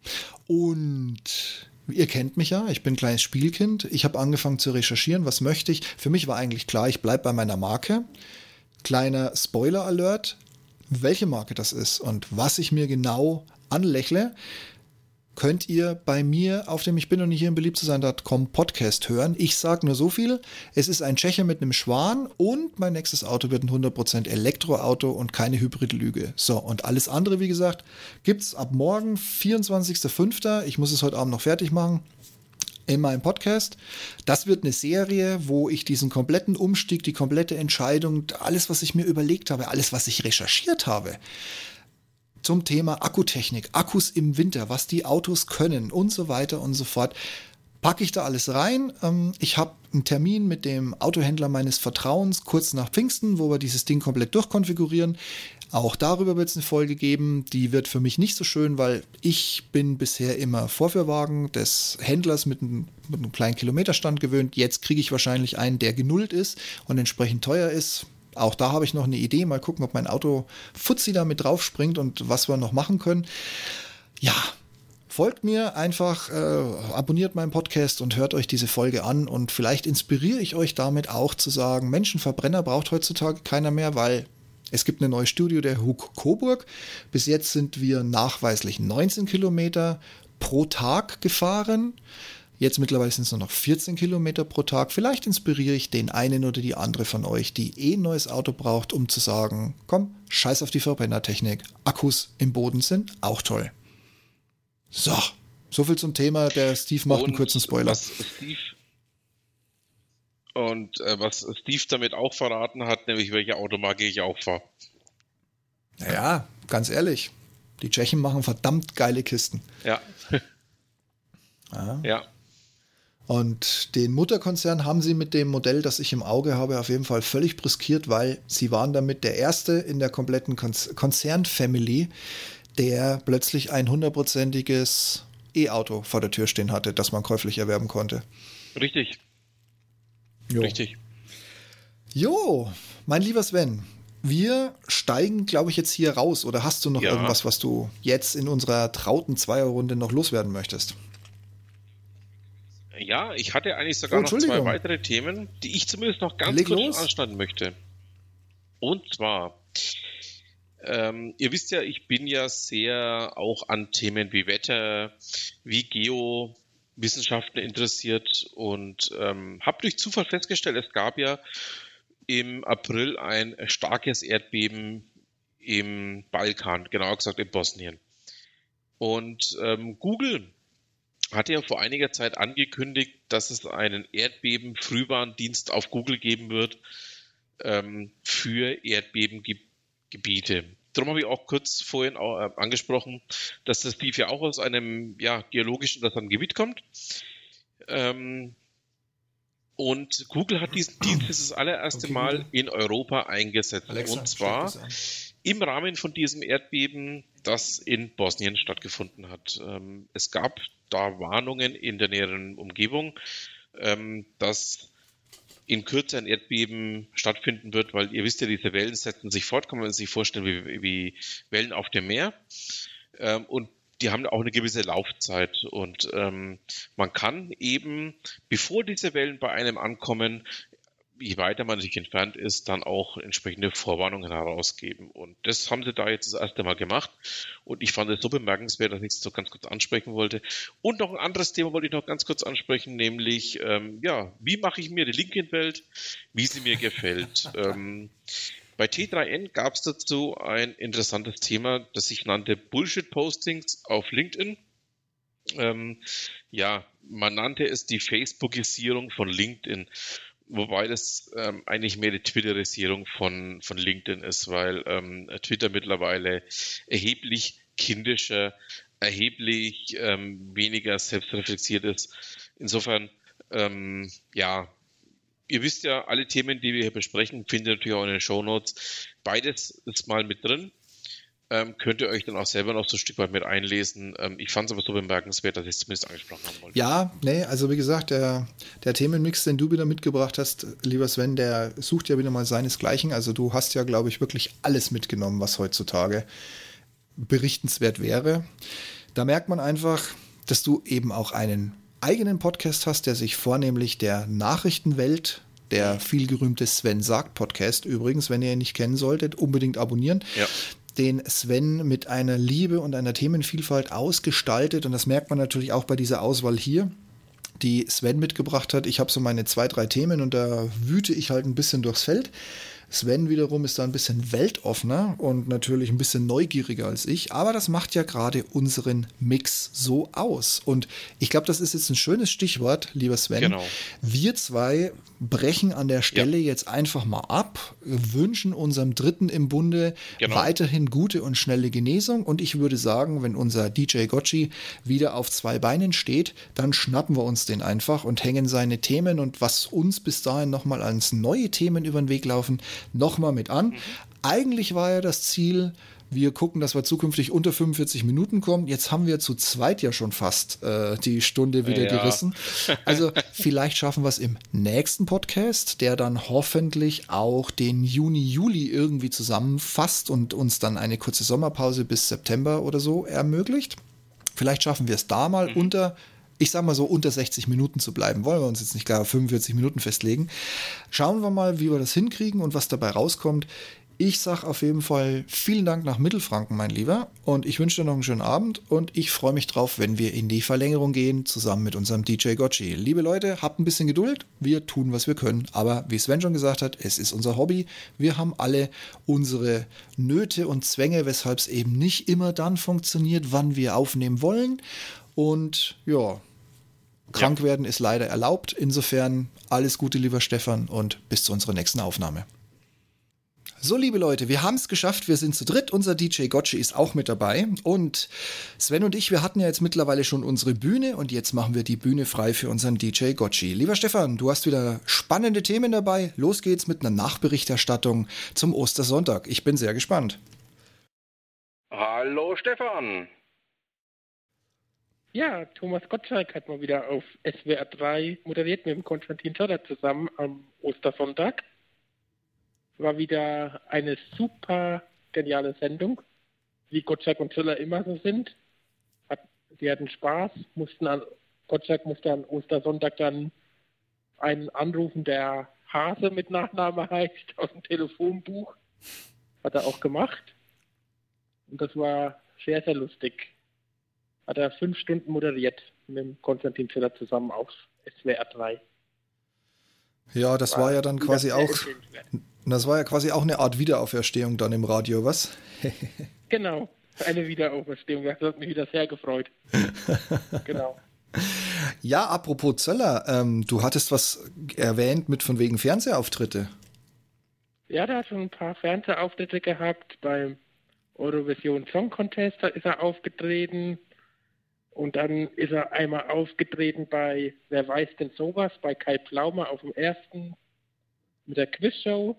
Und ihr kennt mich ja, ich bin ein kleines Spielkind. Ich habe angefangen zu recherchieren, was möchte ich. Für mich war eigentlich klar, ich bleibe bei meiner Marke. Kleiner Spoiler-Alert, welche Marke das ist und was ich mir genau anlächle, könnt ihr bei mir auf dem Ich bin noch nicht hier im beliebt zu sein.com Podcast hören. Ich sage nur so viel, es ist ein Tscheche mit einem Schwan und mein nächstes Auto wird ein 100% Elektroauto und keine Hybridlüge. So, und alles andere, wie gesagt, gibt's ab morgen, 24.05. Ich muss es heute Abend noch fertig machen. In meinem Podcast. Das wird eine Serie, wo ich diesen kompletten Umstieg, die komplette Entscheidung, alles, was ich mir überlegt habe, alles, was ich recherchiert habe, zum Thema Akkutechnik, Akkus im Winter, was die Autos können und so weiter und so fort, packe ich da alles rein. Ich habe einen Termin mit dem Autohändler meines Vertrauens kurz nach Pfingsten, wo wir dieses Ding komplett durchkonfigurieren. Auch darüber wird es eine Folge geben. Die wird für mich nicht so schön, weil ich bin bisher immer Vorführwagen des Händlers mit einem kleinen Kilometerstand gewöhnt. Jetzt kriege ich wahrscheinlich einen, der genullt ist und entsprechend teuer ist. Auch da habe ich noch eine Idee. Mal gucken, ob mein Auto Fuzzi da mit drauf springt und was wir noch machen können. Ja, folgt mir einfach, abonniert meinen Podcast und hört euch diese Folge an. Und vielleicht inspiriere ich euch damit auch zu sagen, Menschenverbrenner braucht heutzutage keiner mehr, weil es gibt eine neue Studie der HUK Coburg. Bis jetzt sind wir nachweislich 19 Kilometer pro Tag gefahren. Jetzt mittlerweile sind es nur noch 14 Kilometer pro Tag. Vielleicht inspiriere ich den einen oder die andere von euch, die ein neues Auto braucht, um zu sagen, komm, scheiß auf die Verbrennertechnik. Akkus im Boden sind auch toll. So viel zum Thema. Der Steve macht einen kurzen Spoiler. Was Steve damit auch verraten hat, nämlich welche Automarke ich auch fahre. Naja, ganz ehrlich, die Tschechen machen verdammt geile Kisten. Ja. Ja. Und den Mutterkonzern haben sie mit dem Modell, das ich im Auge habe, auf jeden Fall völlig brüskiert, weil sie waren damit der erste in der kompletten Konzern-Family, der plötzlich ein 100%iges E-Auto vor der Tür stehen hatte, das man käuflich erwerben konnte. Richtig. Jo. Richtig. Jo, mein lieber Sven, wir steigen, glaube ich, jetzt hier raus. Oder hast du noch irgendwas, was du jetzt in unserer trauten Zweierrunde noch loswerden möchtest? Ja, ich hatte eigentlich sogar noch 2 weitere Themen, die ich zumindest noch ganz kurz anschneiden möchte. Und zwar, ihr wisst ja, ich bin ja sehr auch an Themen wie Wetter, wie Geowissenschaften interessiert und habe durch Zufall festgestellt, es gab ja im April ein starkes Erdbeben im Balkan, genauer gesagt in Bosnien. Und Google hatte ja vor einiger Zeit angekündigt, dass es einen Erdbeben-Frühwarndienst auf Google geben wird für Erdbebengebiete. Darum habe ich auch kurz vorhin angesprochen, dass das Steve ja auch aus einem geologisch interessanten Gebiet kommt. Und Google hat diesen Dienst das allererste Mal in Europa eingesetzt. Alexa, und zwar im Rahmen von diesem Erdbeben, das in Bosnien stattgefunden hat. Es gab da Warnungen in der näheren Umgebung, dass in Kürze ein Erdbeben stattfinden wird, weil ihr wisst ja, diese Wellen setzen sich fort, kann man sich vorstellen wie Wellen auf dem Meer. Und die haben auch eine gewisse Laufzeit und man kann eben, bevor diese Wellen bei einem ankommen, je weiter man sich entfernt ist, dann auch entsprechende Vorwarnungen herausgeben. Und das haben sie da jetzt das erste Mal gemacht. Und ich fand es so bemerkenswert, dass ich es so ganz kurz ansprechen wollte. Und noch ein anderes Thema wollte ich noch ganz kurz ansprechen, nämlich, wie mache ich mir die LinkedIn-Welt, wie sie mir gefällt. Bei T3N gab es dazu ein interessantes Thema, das sich nannte Bullshit-Postings auf LinkedIn. Man nannte es die Facebookisierung von LinkedIn. Wobei das eigentlich mehr die Twitterisierung von LinkedIn ist, weil Twitter mittlerweile erheblich kindischer, erheblich weniger selbstreflektiert ist. Insofern, ihr wisst ja, alle Themen, die wir hier besprechen, findet ihr natürlich auch in den Shownotes. Beides ist mal mit drin. Könnt ihr euch dann auch selber noch so ein Stück weit mit einlesen. Ich fand es aber so bemerkenswert, dass ich es zumindest angesprochen haben wollte. Ja, also wie gesagt, der Themenmix, den du wieder mitgebracht hast, lieber Sven, der sucht ja wieder mal seinesgleichen. Also du hast ja, glaube ich, wirklich alles mitgenommen, was heutzutage berichtenswert wäre. Da merkt man einfach, dass du eben auch einen eigenen Podcast hast, der sich vornehmlich der Nachrichtenwelt, der vielgerühmte Sven sagt Podcast, übrigens, wenn ihr ihn nicht kennen solltet, unbedingt abonnieren. Ja. Den Sven mit einer Liebe und einer Themenvielfalt ausgestaltet. Und das merkt man natürlich auch bei dieser Auswahl hier, die Sven mitgebracht hat. Ich habe so meine 2, 3 Themen und da wüte ich halt ein bisschen durchs Feld. Sven wiederum ist da ein bisschen weltoffener und natürlich ein bisschen neugieriger als ich, aber das macht ja gerade unseren Mix so aus. Und ich glaube, das ist jetzt ein schönes Stichwort, lieber Sven. Genau. Wir zwei brechen an der Stelle jetzt einfach mal ab, wünschen unserem Dritten im Bunde weiterhin gute und schnelle Genesung und ich würde sagen, wenn unser DJ Gotchi wieder auf 2 Beinen steht, dann schnappen wir uns den einfach und hängen seine Themen und was uns bis dahin nochmal als neue Themen über den Weg laufen, nochmal mit an. Eigentlich war ja das Ziel, wir gucken, dass wir zukünftig unter 45 Minuten kommen. Jetzt haben wir zu zweit ja schon fast die Stunde wieder gerissen. Also vielleicht schaffen wir es im nächsten Podcast, der dann hoffentlich auch den Juni, Juli irgendwie zusammenfasst und uns dann eine kurze Sommerpause bis September oder so ermöglicht. Vielleicht schaffen wir es da mal unter 60 Minuten zu bleiben. Wollen wir uns jetzt nicht gar 45 Minuten festlegen. Schauen wir mal, wie wir das hinkriegen und was dabei rauskommt. Ich sage auf jeden Fall vielen Dank nach Mittelfranken, mein Lieber. Und ich wünsche dir noch einen schönen Abend. Und ich freue mich drauf, wenn wir in die Verlängerung gehen, zusammen mit unserem DJ Gotchi. Liebe Leute, habt ein bisschen Geduld. Wir tun, was wir können. Aber wie Sven schon gesagt hat, es ist unser Hobby. Wir haben alle unsere Nöte und Zwänge, weshalb es eben nicht immer dann funktioniert, wann wir aufnehmen wollen. Und ja, krank werden ist leider erlaubt. Insofern alles Gute, lieber Stefan, und bis zu unserer nächsten Aufnahme. So, liebe Leute, wir haben es geschafft. Wir sind zu dritt. Unser DJ Gotchi ist auch mit dabei. Und Sven und ich, wir hatten ja jetzt mittlerweile schon unsere Bühne und jetzt machen wir die Bühne frei für unseren DJ Gotchi. Lieber Stefan, du hast wieder spannende Themen dabei. Los geht's mit einer Nachberichterstattung zum Ostersonntag. Ich bin sehr gespannt. Hallo Stefan. Ja, Thomas Gottschalk hat mal wieder auf SWR 3 moderiert mit dem Konstantin Zoller zusammen am Ostersonntag. War wieder eine super geniale Sendung, wie Gottschalk und Zoller immer so sind. Sie hatten Spaß, Gottschalk musste an Ostersonntag dann einen anrufen, der Hase mit Nachname heißt, aus dem Telefonbuch. Hat er auch gemacht. Und das war sehr, sehr lustig. Hat er 5 Stunden moderiert mit dem Konstantin Zoller zusammen auf SWR 3. Ja, das war ja dann quasi auch, das war ja quasi auch eine Art Wiederauferstehung dann im Radio, was? Genau, eine Wiederauferstehung, das hat mich wieder sehr gefreut. Genau. Ja, apropos Zöller, du hattest was erwähnt mit von wegen Fernsehauftritte. Ja, der hat schon ein paar Fernsehauftritte gehabt, beim Eurovision Song Contest ist er aufgetreten. Und dann ist er einmal aufgetreten bei Wer weiß denn sowas, bei Kai Pflaume auf dem ersten mit der Quizshow.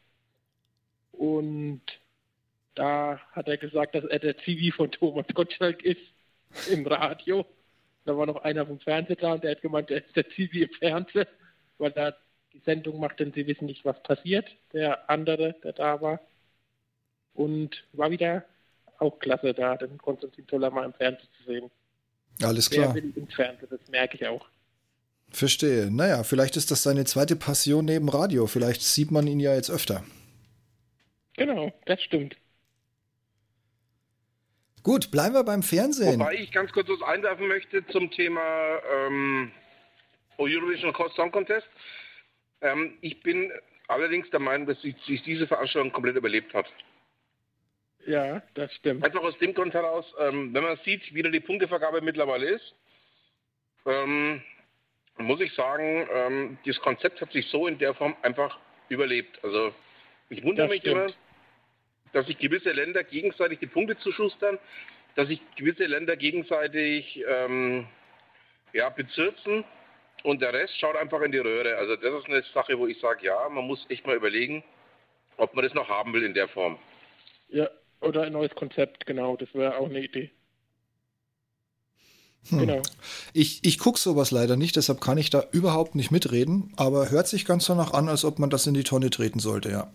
Und da hat er gesagt, dass er der Zivi von Thomas Gottschalk ist im Radio. Da war noch einer vom Fernsehen da und der hat gemeint, er ist der Zivi im Fernsehen, weil da die Sendung macht, denn sie wissen nicht, was passiert. Der andere, der da war. Und war wieder auch klasse, da den Konstantin Zoller mal im Fernsehen zu sehen. Alles klar. Wer will ins Fernsehen, das merke ich auch. Verstehe. Naja, vielleicht ist das seine zweite Passion neben Radio. Vielleicht sieht man ihn ja jetzt öfter. Genau, das stimmt. Gut, bleiben wir beim Fernsehen. Wobei ich ganz kurz was einwerfen möchte zum Thema Eurovision Song Contest. Ich bin allerdings der Meinung, dass sich diese Veranstaltung komplett überlebt hat. Ja, das stimmt. Einfach aus dem Grund heraus, wenn man sieht, wie da die Punktevergabe mittlerweile ist, muss ich sagen, das Konzept hat sich so in der Form einfach überlebt. Also ich wundere mich immer, dass sich gewisse Länder gegenseitig die Punkte zuschustern, dass sich gewisse Länder gegenseitig bezirzen und der Rest schaut einfach in die Röhre. Also das ist eine Sache, wo ich sage, ja, man muss echt mal überlegen, ob man das noch haben will in der Form. Ja, oder ein neues Konzept, genau, das wäre auch eine Idee. Genau. Ich gucke sowas leider nicht, deshalb kann ich da überhaupt nicht mitreden, aber hört sich ganz danach an, als ob man das in die Tonne treten sollte, ja.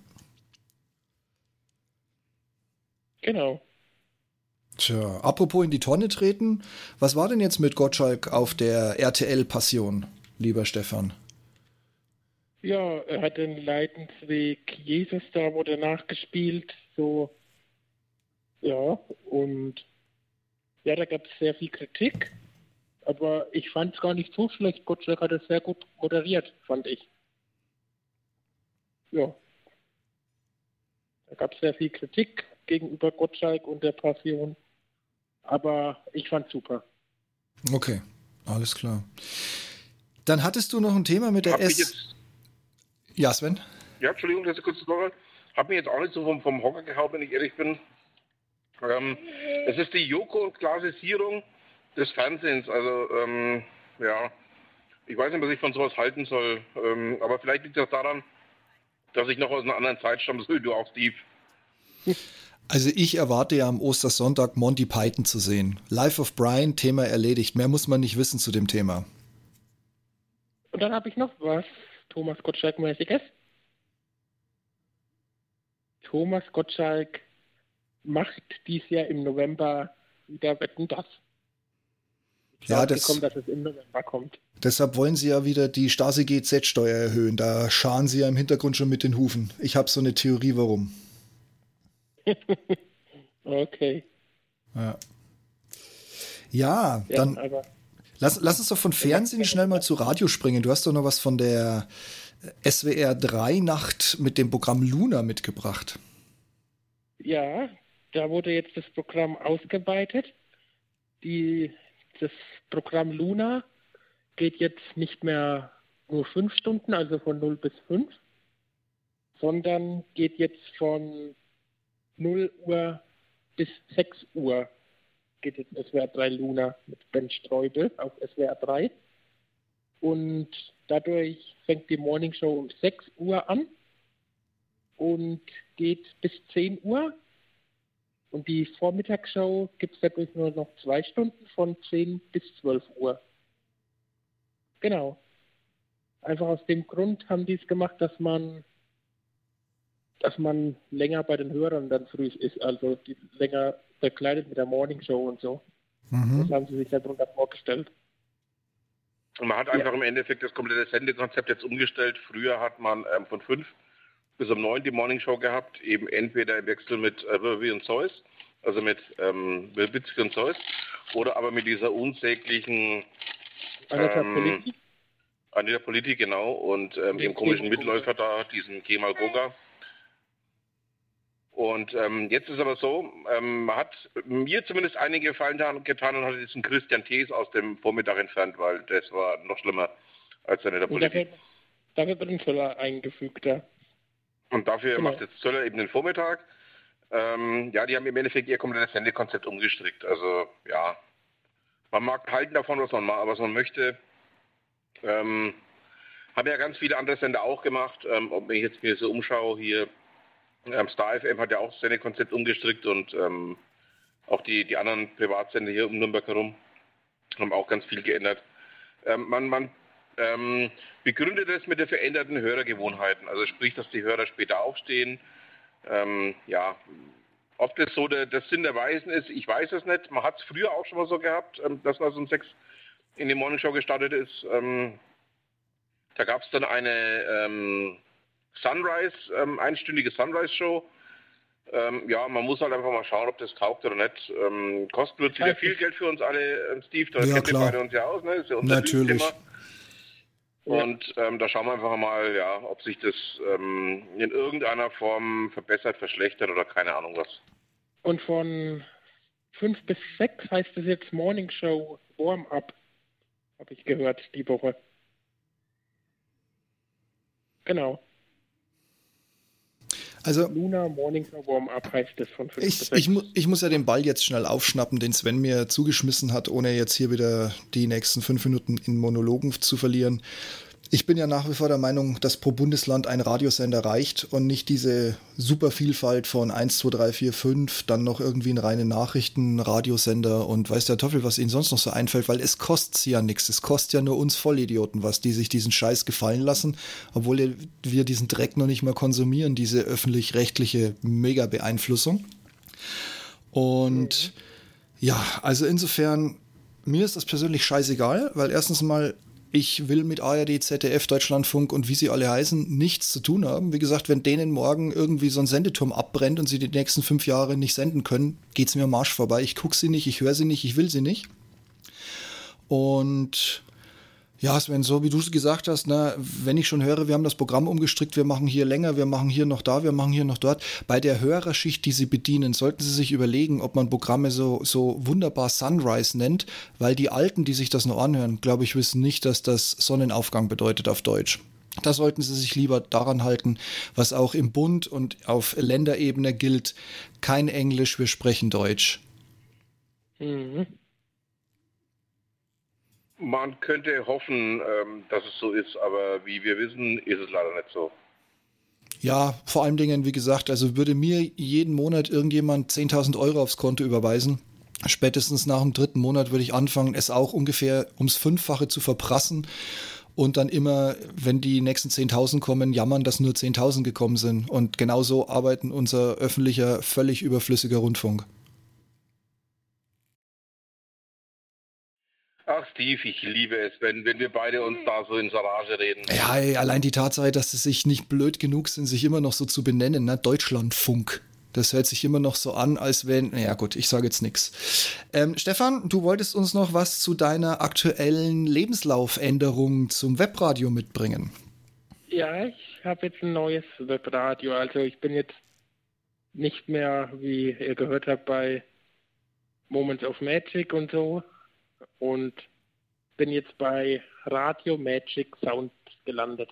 Genau. Tja, apropos in die Tonne treten, was war denn jetzt mit Gottschalk auf der RTL-Passion, lieber Stefan? Ja, er hat den Leidensweg Jesus, da wurde nachgespielt, so, ja, und ja, da gab es sehr viel Kritik, aber ich fand es gar nicht so schlecht. Gottschalk hat es sehr gut moderiert, fand ich. Ja. Da gab es sehr viel Kritik gegenüber Gottschalk und der Passion, aber ich fand es super. Okay, alles klar. Dann hattest du noch ein Thema mit der Ja, Sven? Ja, Entschuldigung, dass ich kurz mache. Hab mich jetzt auch nicht so vom Hocker gehauen, wenn ich ehrlich bin. Es ist die Joko- und Klassisierung des Fernsehens. Also, ich weiß nicht, was ich von sowas halten soll. Aber vielleicht liegt das daran, dass ich noch aus einer anderen Zeit stamme, so wie du auch, Steve. Also ich erwarte ja am Ostersonntag Monty Python zu sehen. Life of Brian, Thema erledigt. Mehr muss man nicht wissen zu dem Thema. Und dann habe ich noch was Thomas Gottschalk-mäßiges. Thomas Gottschalk macht dies Jahr im November wieder Wetten, dass. Ja, dass es im November kommt. Deshalb wollen sie ja wieder die Stasi-GZ-Steuer erhöhen. Da scharen sie ja im Hintergrund schon mit den Hufen. Ich habe so eine Theorie, warum. Okay. Ja, dann lass uns doch von Fernsehen schnell mal zu Radio springen. Du hast doch noch was von der SWR 3 Nacht mit dem Programm Luna mitgebracht. Ja, da wurde jetzt das Programm ausgeweitet. Das Programm Luna geht jetzt nicht mehr nur 5 Stunden, also von 0 bis 5, sondern geht jetzt von 0 Uhr bis 6 Uhr geht jetzt SWR 3 Luna mit Ben Streubel auf SWR 3. Und dadurch fängt die Morningshow um 6 Uhr an und geht bis 10 Uhr. Und die Vormittagsshow gibt es dadurch nur noch 2 Stunden von 10 bis 12 Uhr. Genau. Einfach aus dem Grund haben die es gemacht, dass man länger bei den Hörern dann früh ist, also die länger bekleidet mit der Morningshow und so. Das haben sie sich darunter vorgestellt. Und man hat einfach im Endeffekt das komplette Sendekonzept jetzt umgestellt. Früher hat man von 5 bis um 9 die Morningshow gehabt, eben entweder im Wechsel mit Wirwi und Zeus, also mit Wilbitzki und Zeus, oder aber mit dieser unsäglichen Anita Politik, genau, und dem komischen Mitläufer da, diesen Kemal Goga. Und jetzt ist aber so, hat mir zumindest einige Gefallen getan und hat diesen Christian Thees aus dem Vormittag entfernt, weil das war noch schlimmer als seine der Politik. Dafür wird ein Zöller eingefügt, ja. Und dafür macht jetzt Zöller eben den Vormittag. Die haben im Endeffekt ihr komplettes Sendekonzept umgestrickt. Also ja, man mag halten davon, was man möchte. Haben ja ganz viele andere Sender auch gemacht. Ob ich jetzt mir so umschaue, hier Star FM hat ja auch das Sendekonzept umgestrickt und auch die anderen Privatsender hier um Nürnberg herum haben auch ganz viel geändert. Man begründet es mit den veränderten Hörergewohnheiten. Also sprich, dass die Hörer später aufstehen. Ob das so der Sinn der Weisen ist, ich weiß es nicht. Man hat es früher auch schon mal so gehabt, dass man so um 6 in die Morningshow gestartet ist. Da gab es dann eine einstündige Sunrise-Show. Ja, man muss halt einfach mal schauen, ob das taugt oder nicht. Kosten wird wieder viel Geld für uns alle, Steve, da kennen wir beide uns ja aus, ne? Das ist ja unser Natürlich. Thema. Und da schauen wir einfach mal, ja, ob sich das in irgendeiner Form verbessert, verschlechtert oder keine Ahnung was. Und von 5 bis 6 heißt es jetzt Morning Show Warm-Up, habe ich gehört, die Woche. Genau. Also Luna Morning Show Warm-Up heißt es von 5 bis 6. Ich muss ja den Ball jetzt schnell aufschnappen, den Sven mir zugeschmissen hat, ohne jetzt hier wieder die nächsten 5 Minuten in Monologen zu verlieren. Ich bin ja nach wie vor der Meinung, dass pro Bundesland ein Radiosender reicht und nicht diese super Vielfalt von 1, 2, 3, 4, 5, dann noch irgendwie einen reinen Nachrichten-Radiosender und weiß der Teufel, was ihnen sonst noch so einfällt, weil es kostet ja nichts. Es kostet ja nur uns Vollidioten was, die sich diesen Scheiß gefallen lassen, obwohl wir diesen Dreck noch nicht mal konsumieren, diese öffentlich-rechtliche Mega-Beeinflussung. Und ja, also insofern, mir ist das persönlich scheißegal, weil erstens mal ich will mit ARD, ZDF, Deutschlandfunk und wie sie alle heißen, nichts zu tun haben. Wie gesagt, wenn denen morgen irgendwie so ein Sendeturm abbrennt und sie die nächsten 5 Jahre nicht senden können, geht's mir am Arsch vorbei. Ich gucke sie nicht, ich höre sie nicht, ich will sie nicht. Und ja, Sven, so wie du es gesagt hast, ne, wenn ich schon höre, wir haben das Programm umgestrickt, wir machen hier länger, wir machen hier noch da, wir machen hier noch dort. Bei der Hörerschicht, die sie bedienen, sollten sie sich überlegen, ob man Programme so wunderbar Sunrise nennt, weil die Alten, die sich das noch anhören, glaube ich, wissen nicht, dass das Sonnenaufgang bedeutet auf Deutsch. Da sollten sie sich lieber daran halten, was auch im Bund und auf Länderebene gilt. Kein Englisch, wir sprechen Deutsch. Mhm. Man könnte hoffen, dass es so ist, aber wie wir wissen, ist es leider nicht so. Ja, vor allen Dingen, wie gesagt, also würde mir jeden Monat irgendjemand 10.000 Euro aufs Konto überweisen. Spätestens nach dem 3. Monat würde ich anfangen, es auch ungefähr ums 5-fache zu verprassen und dann immer, wenn die nächsten 10.000 kommen, jammern, dass nur 10.000 gekommen sind. Und genauso arbeiten unser öffentlicher, völlig überflüssiger Rundfunk. Ach Steve, ich liebe es, wenn wir beide uns da so in Sarage reden. Ja, allein die Tatsache, dass sie sich nicht blöd genug sind, sich immer noch so zu benennen, ne? Deutschlandfunk. Das hört sich immer noch so an, als wenn, naja gut, ich sage jetzt nichts. Stefan, du wolltest uns noch was zu deiner aktuellen Lebenslaufänderung zum Webradio mitbringen. Ja, ich habe jetzt ein neues Webradio. Also ich bin jetzt nicht mehr, wie ihr gehört habt, bei Moments of Magic und so. Und bin jetzt bei Radio Magic Sound gelandet.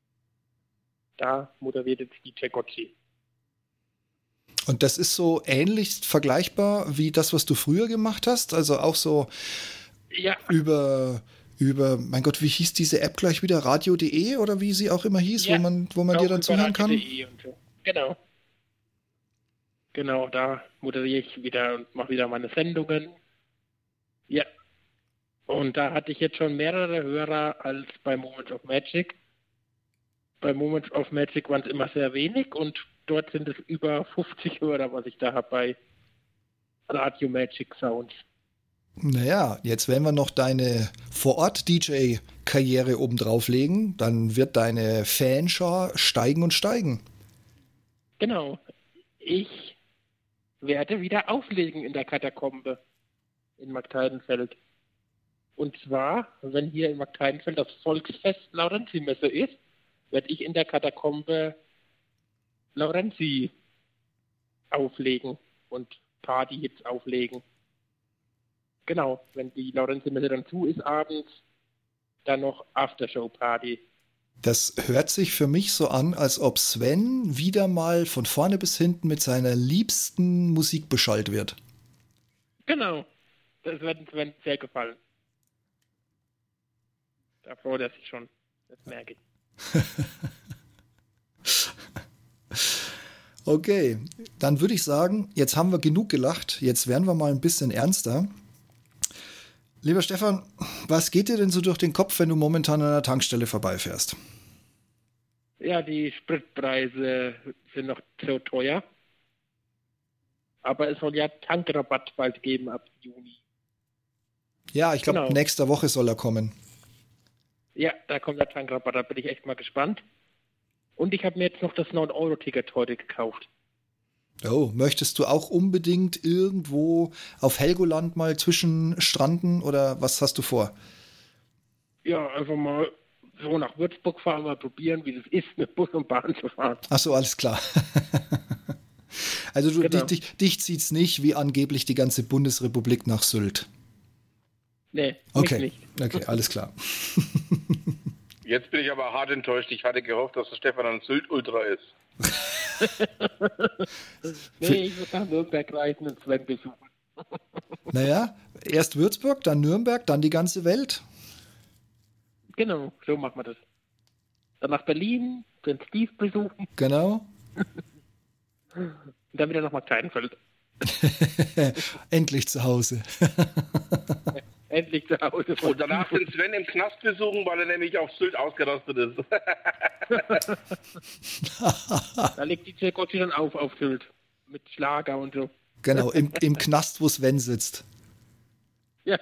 Da moderiert jetzt DJ Gotchi. Und das ist so ähnlich vergleichbar wie das, was du früher gemacht hast? Also auch so ja. über, mein Gott, wie hieß diese App gleich wieder? Radio.de oder wie sie auch immer hieß, ja, wo man dir dann zuhören kann? Und so. Genau. Genau, da moderiere ich wieder und mache wieder meine Sendungen. Ja. Und da hatte ich jetzt schon mehrere Hörer als bei Moments of Magic. Bei Moments of Magic waren es immer sehr wenig und dort sind es über 50 Hörer, was ich da habe bei Radio Magic Sounds. Naja, jetzt werden wir noch deine Vor-Ort-DJ-Karriere oben drauflegen, dann wird deine Fanschar steigen und steigen. Genau. Ich werde wieder auflegen in der Katakombe in Marktheidenfeld. Und zwar, wenn hier in Marktheidenfeld das Volksfest Laurenzi-Messe ist, werde ich in der Katakombe Laurenzi auflegen und Party-Hits auflegen. Genau, wenn die Laurenzi-Messe dann zu ist abends, dann noch Aftershow-Party. Das hört sich für mich so an, als ob Sven wieder mal von vorne bis hinten mit seiner liebsten Musik beschallt wird. Genau, das wird Sven sehr gefallen. Da freut er sich schon, das merke ich. Okay, dann würde ich sagen, jetzt haben wir genug gelacht, jetzt werden wir mal ein bisschen ernster. Lieber Stefan, was geht dir denn so durch den Kopf, wenn du momentan an einer Tankstelle vorbeifährst? Ja, die Spritpreise sind noch so teuer. Aber es soll ja Tankrabatt bald geben ab Juni. Ja, ich glaube, nächste Woche soll er kommen. Ja, da kommt der Tankrabatt, da bin ich echt mal gespannt. Und ich habe mir jetzt noch das 9-Euro-Ticket heute gekauft. Oh, möchtest du auch unbedingt irgendwo auf Helgoland mal zwischenstranden oder was hast du vor? Ja, einfach mal so nach Würzburg fahren, mal probieren, wie es ist, mit Bus und Bahn zu fahren. Ach so, alles klar. Also dich zieht's nicht, wie angeblich die ganze Bundesrepublik nach Sylt. Nee, okay. Nicht. Okay, alles klar. Jetzt bin ich aber hart enttäuscht. Ich hatte gehofft, dass der Stefan ein Sylt-Ultra ist. Nee, ich würde nach Nürnberg reisen und Sven besuchen. Naja, erst Würzburg, dann Nürnberg, dann die ganze Welt. Genau, so machen wir das. Dann nach Berlin, den Steve besuchen. Genau. Und dann wieder nach Markteinfeld. Endlich zu Hause. Endlich zu Hause. Und danach den Sven im Knast besuchen, weil er nämlich auf Sylt ausgerastet ist. Da legt die Circotti dann auf Sylt. Mit Schlager und so. Genau, im Knast, wo Sven sitzt. Ja.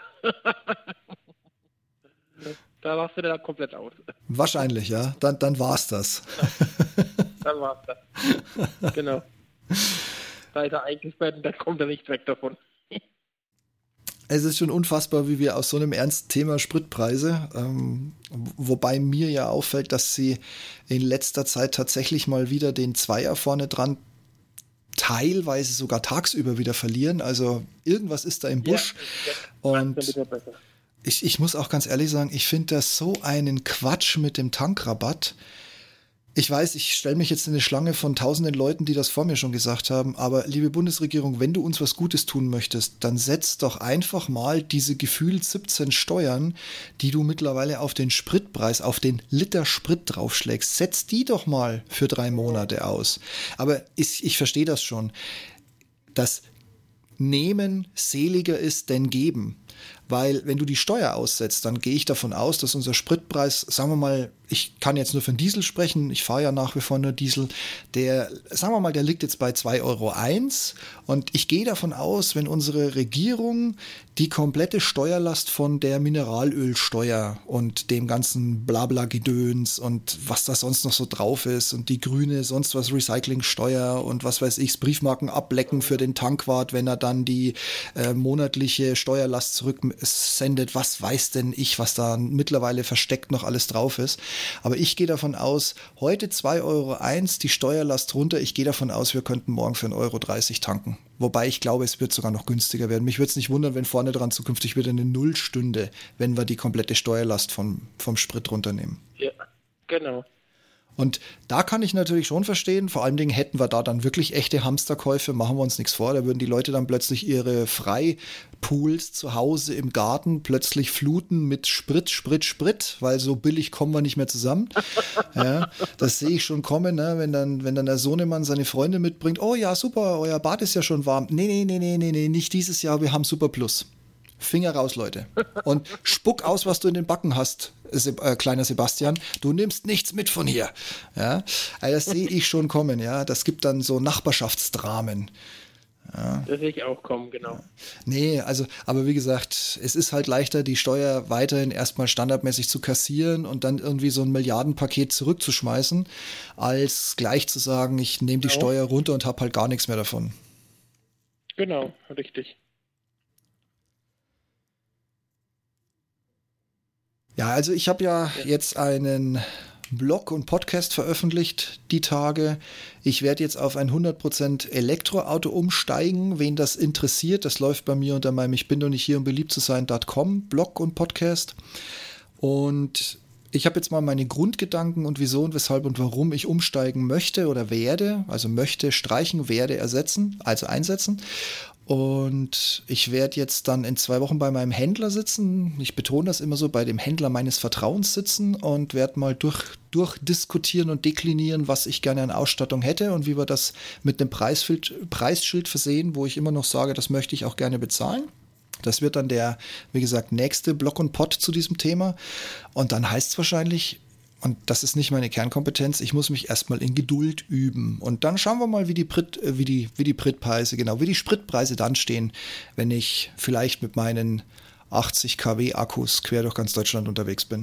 Da warst du dann komplett aus. Wahrscheinlich, ja. Dann war's das. Dann war's das. Genau. Da ist er eingesperrt und dann kommt er nicht weg davon. Es ist schon unfassbar, wie wir aus so einem ernsten Thema Spritpreise, wobei mir ja auffällt, dass sie in letzter Zeit tatsächlich mal wieder den Zweier vorne dran teilweise sogar tagsüber wieder verlieren. Also irgendwas ist da im Busch. Ja, und ich muss auch ganz ehrlich sagen, ich finde das so einen Quatsch mit dem Tankrabatt. Ich weiß, ich stelle mich jetzt in eine Schlange von tausenden Leuten, die das vor mir schon gesagt haben, aber liebe Bundesregierung, wenn du uns was Gutes tun möchtest, dann setz doch einfach mal diese gefühlt 17 Steuern, die du mittlerweile auf den Spritpreis, auf den Liter Sprit draufschlägst, setz die doch mal für 3 Monate aus. Aber ich verstehe das schon. Das Nehmen seliger ist denn Geben. Weil wenn du die Steuer aussetzt, dann gehe ich davon aus, dass unser Spritpreis, sagen wir mal, ich kann jetzt nur für den Diesel sprechen, ich fahre ja nach wie vor nur Diesel, sagen wir mal, der liegt jetzt bei 2,01 Euro und ich gehe davon aus, wenn unsere Regierung die komplette Steuerlast von der Mineralölsteuer und dem ganzen Blabla-Gedöns und was da sonst noch so drauf ist und die grüne, sonst was Recyclingsteuer und was weiß ich, Briefmarken ablecken für den Tankwart, wenn er dann die monatliche Steuerlast zurücksendet, was weiß denn ich, was da mittlerweile versteckt noch alles drauf ist. Aber ich gehe davon aus, heute 2,01 Euro, die Steuerlast runter, ich gehe davon aus, wir könnten morgen für 1,30 Euro tanken. Wobei ich glaube, es wird sogar noch günstiger werden. Mich würde es nicht wundern, wenn vorne dran zukünftig wieder eine Nullstunde, wenn wir die komplette Steuerlast vom Sprit runternehmen. Ja, genau. Und da kann ich natürlich schon verstehen, vor allen Dingen hätten wir da dann wirklich echte Hamsterkäufe, machen wir uns nichts vor, da würden die Leute dann plötzlich ihre Freipools zu Hause im Garten plötzlich fluten mit Sprit, weil so billig kommen wir nicht mehr zusammen. Ja, das sehe ich schon kommen, ne? Wenn dann der Sohnemann seine Freunde mitbringt, oh ja, super, euer Bad ist ja schon warm. Nee, nicht dieses Jahr, wir haben Super Plus. Finger raus, Leute. Und spuck aus, was du in den Backen hast, kleiner Sebastian. Du nimmst nichts mit von hier. Ja, also das sehe ich schon kommen. Ja, das gibt dann so Nachbarschaftsdramen. Ja. Das sehe ich auch kommen, genau. Ja. Nee, also, aber wie gesagt, es ist halt leichter, die Steuer weiterhin erstmal standardmäßig zu kassieren und dann irgendwie so ein Milliardenpaket zurückzuschmeißen, als gleich zu sagen, ich nehme die Steuer runter und habe halt gar nichts mehr davon. Genau, richtig. Ja, also ich habe ja jetzt einen Blog und Podcast veröffentlicht die Tage. Ich werde jetzt auf ein 100% Elektroauto umsteigen. Wen das interessiert, das läuft bei mir unter meinem Ich bin doch nicht hier, um beliebt zu sein.com Blog und Podcast. Und ich habe jetzt mal meine Grundgedanken und wieso und weshalb und warum ich umsteigen möchte oder werde, also möchte streichen, werde ersetzen, also einsetzen. Und ich werde jetzt dann in 2 Wochen bei meinem Händler sitzen. Ich betone das immer so, bei dem Händler meines Vertrauens sitzen und werde mal durchdiskutieren und deklinieren, was ich gerne an Ausstattung hätte und wie wir das mit einem Preisschild versehen, wo ich immer noch sage, das möchte ich auch gerne bezahlen. Das wird dann der, wie gesagt, nächste Blog und Pod zu diesem Thema. Und dann heißt es wahrscheinlich, und das ist nicht meine Kernkompetenz, ich muss mich erstmal in Geduld üben. Und dann schauen wir mal, wie die Spritpreise dann stehen, wenn ich vielleicht mit meinen 80 kW Akkus quer durch ganz Deutschland unterwegs bin.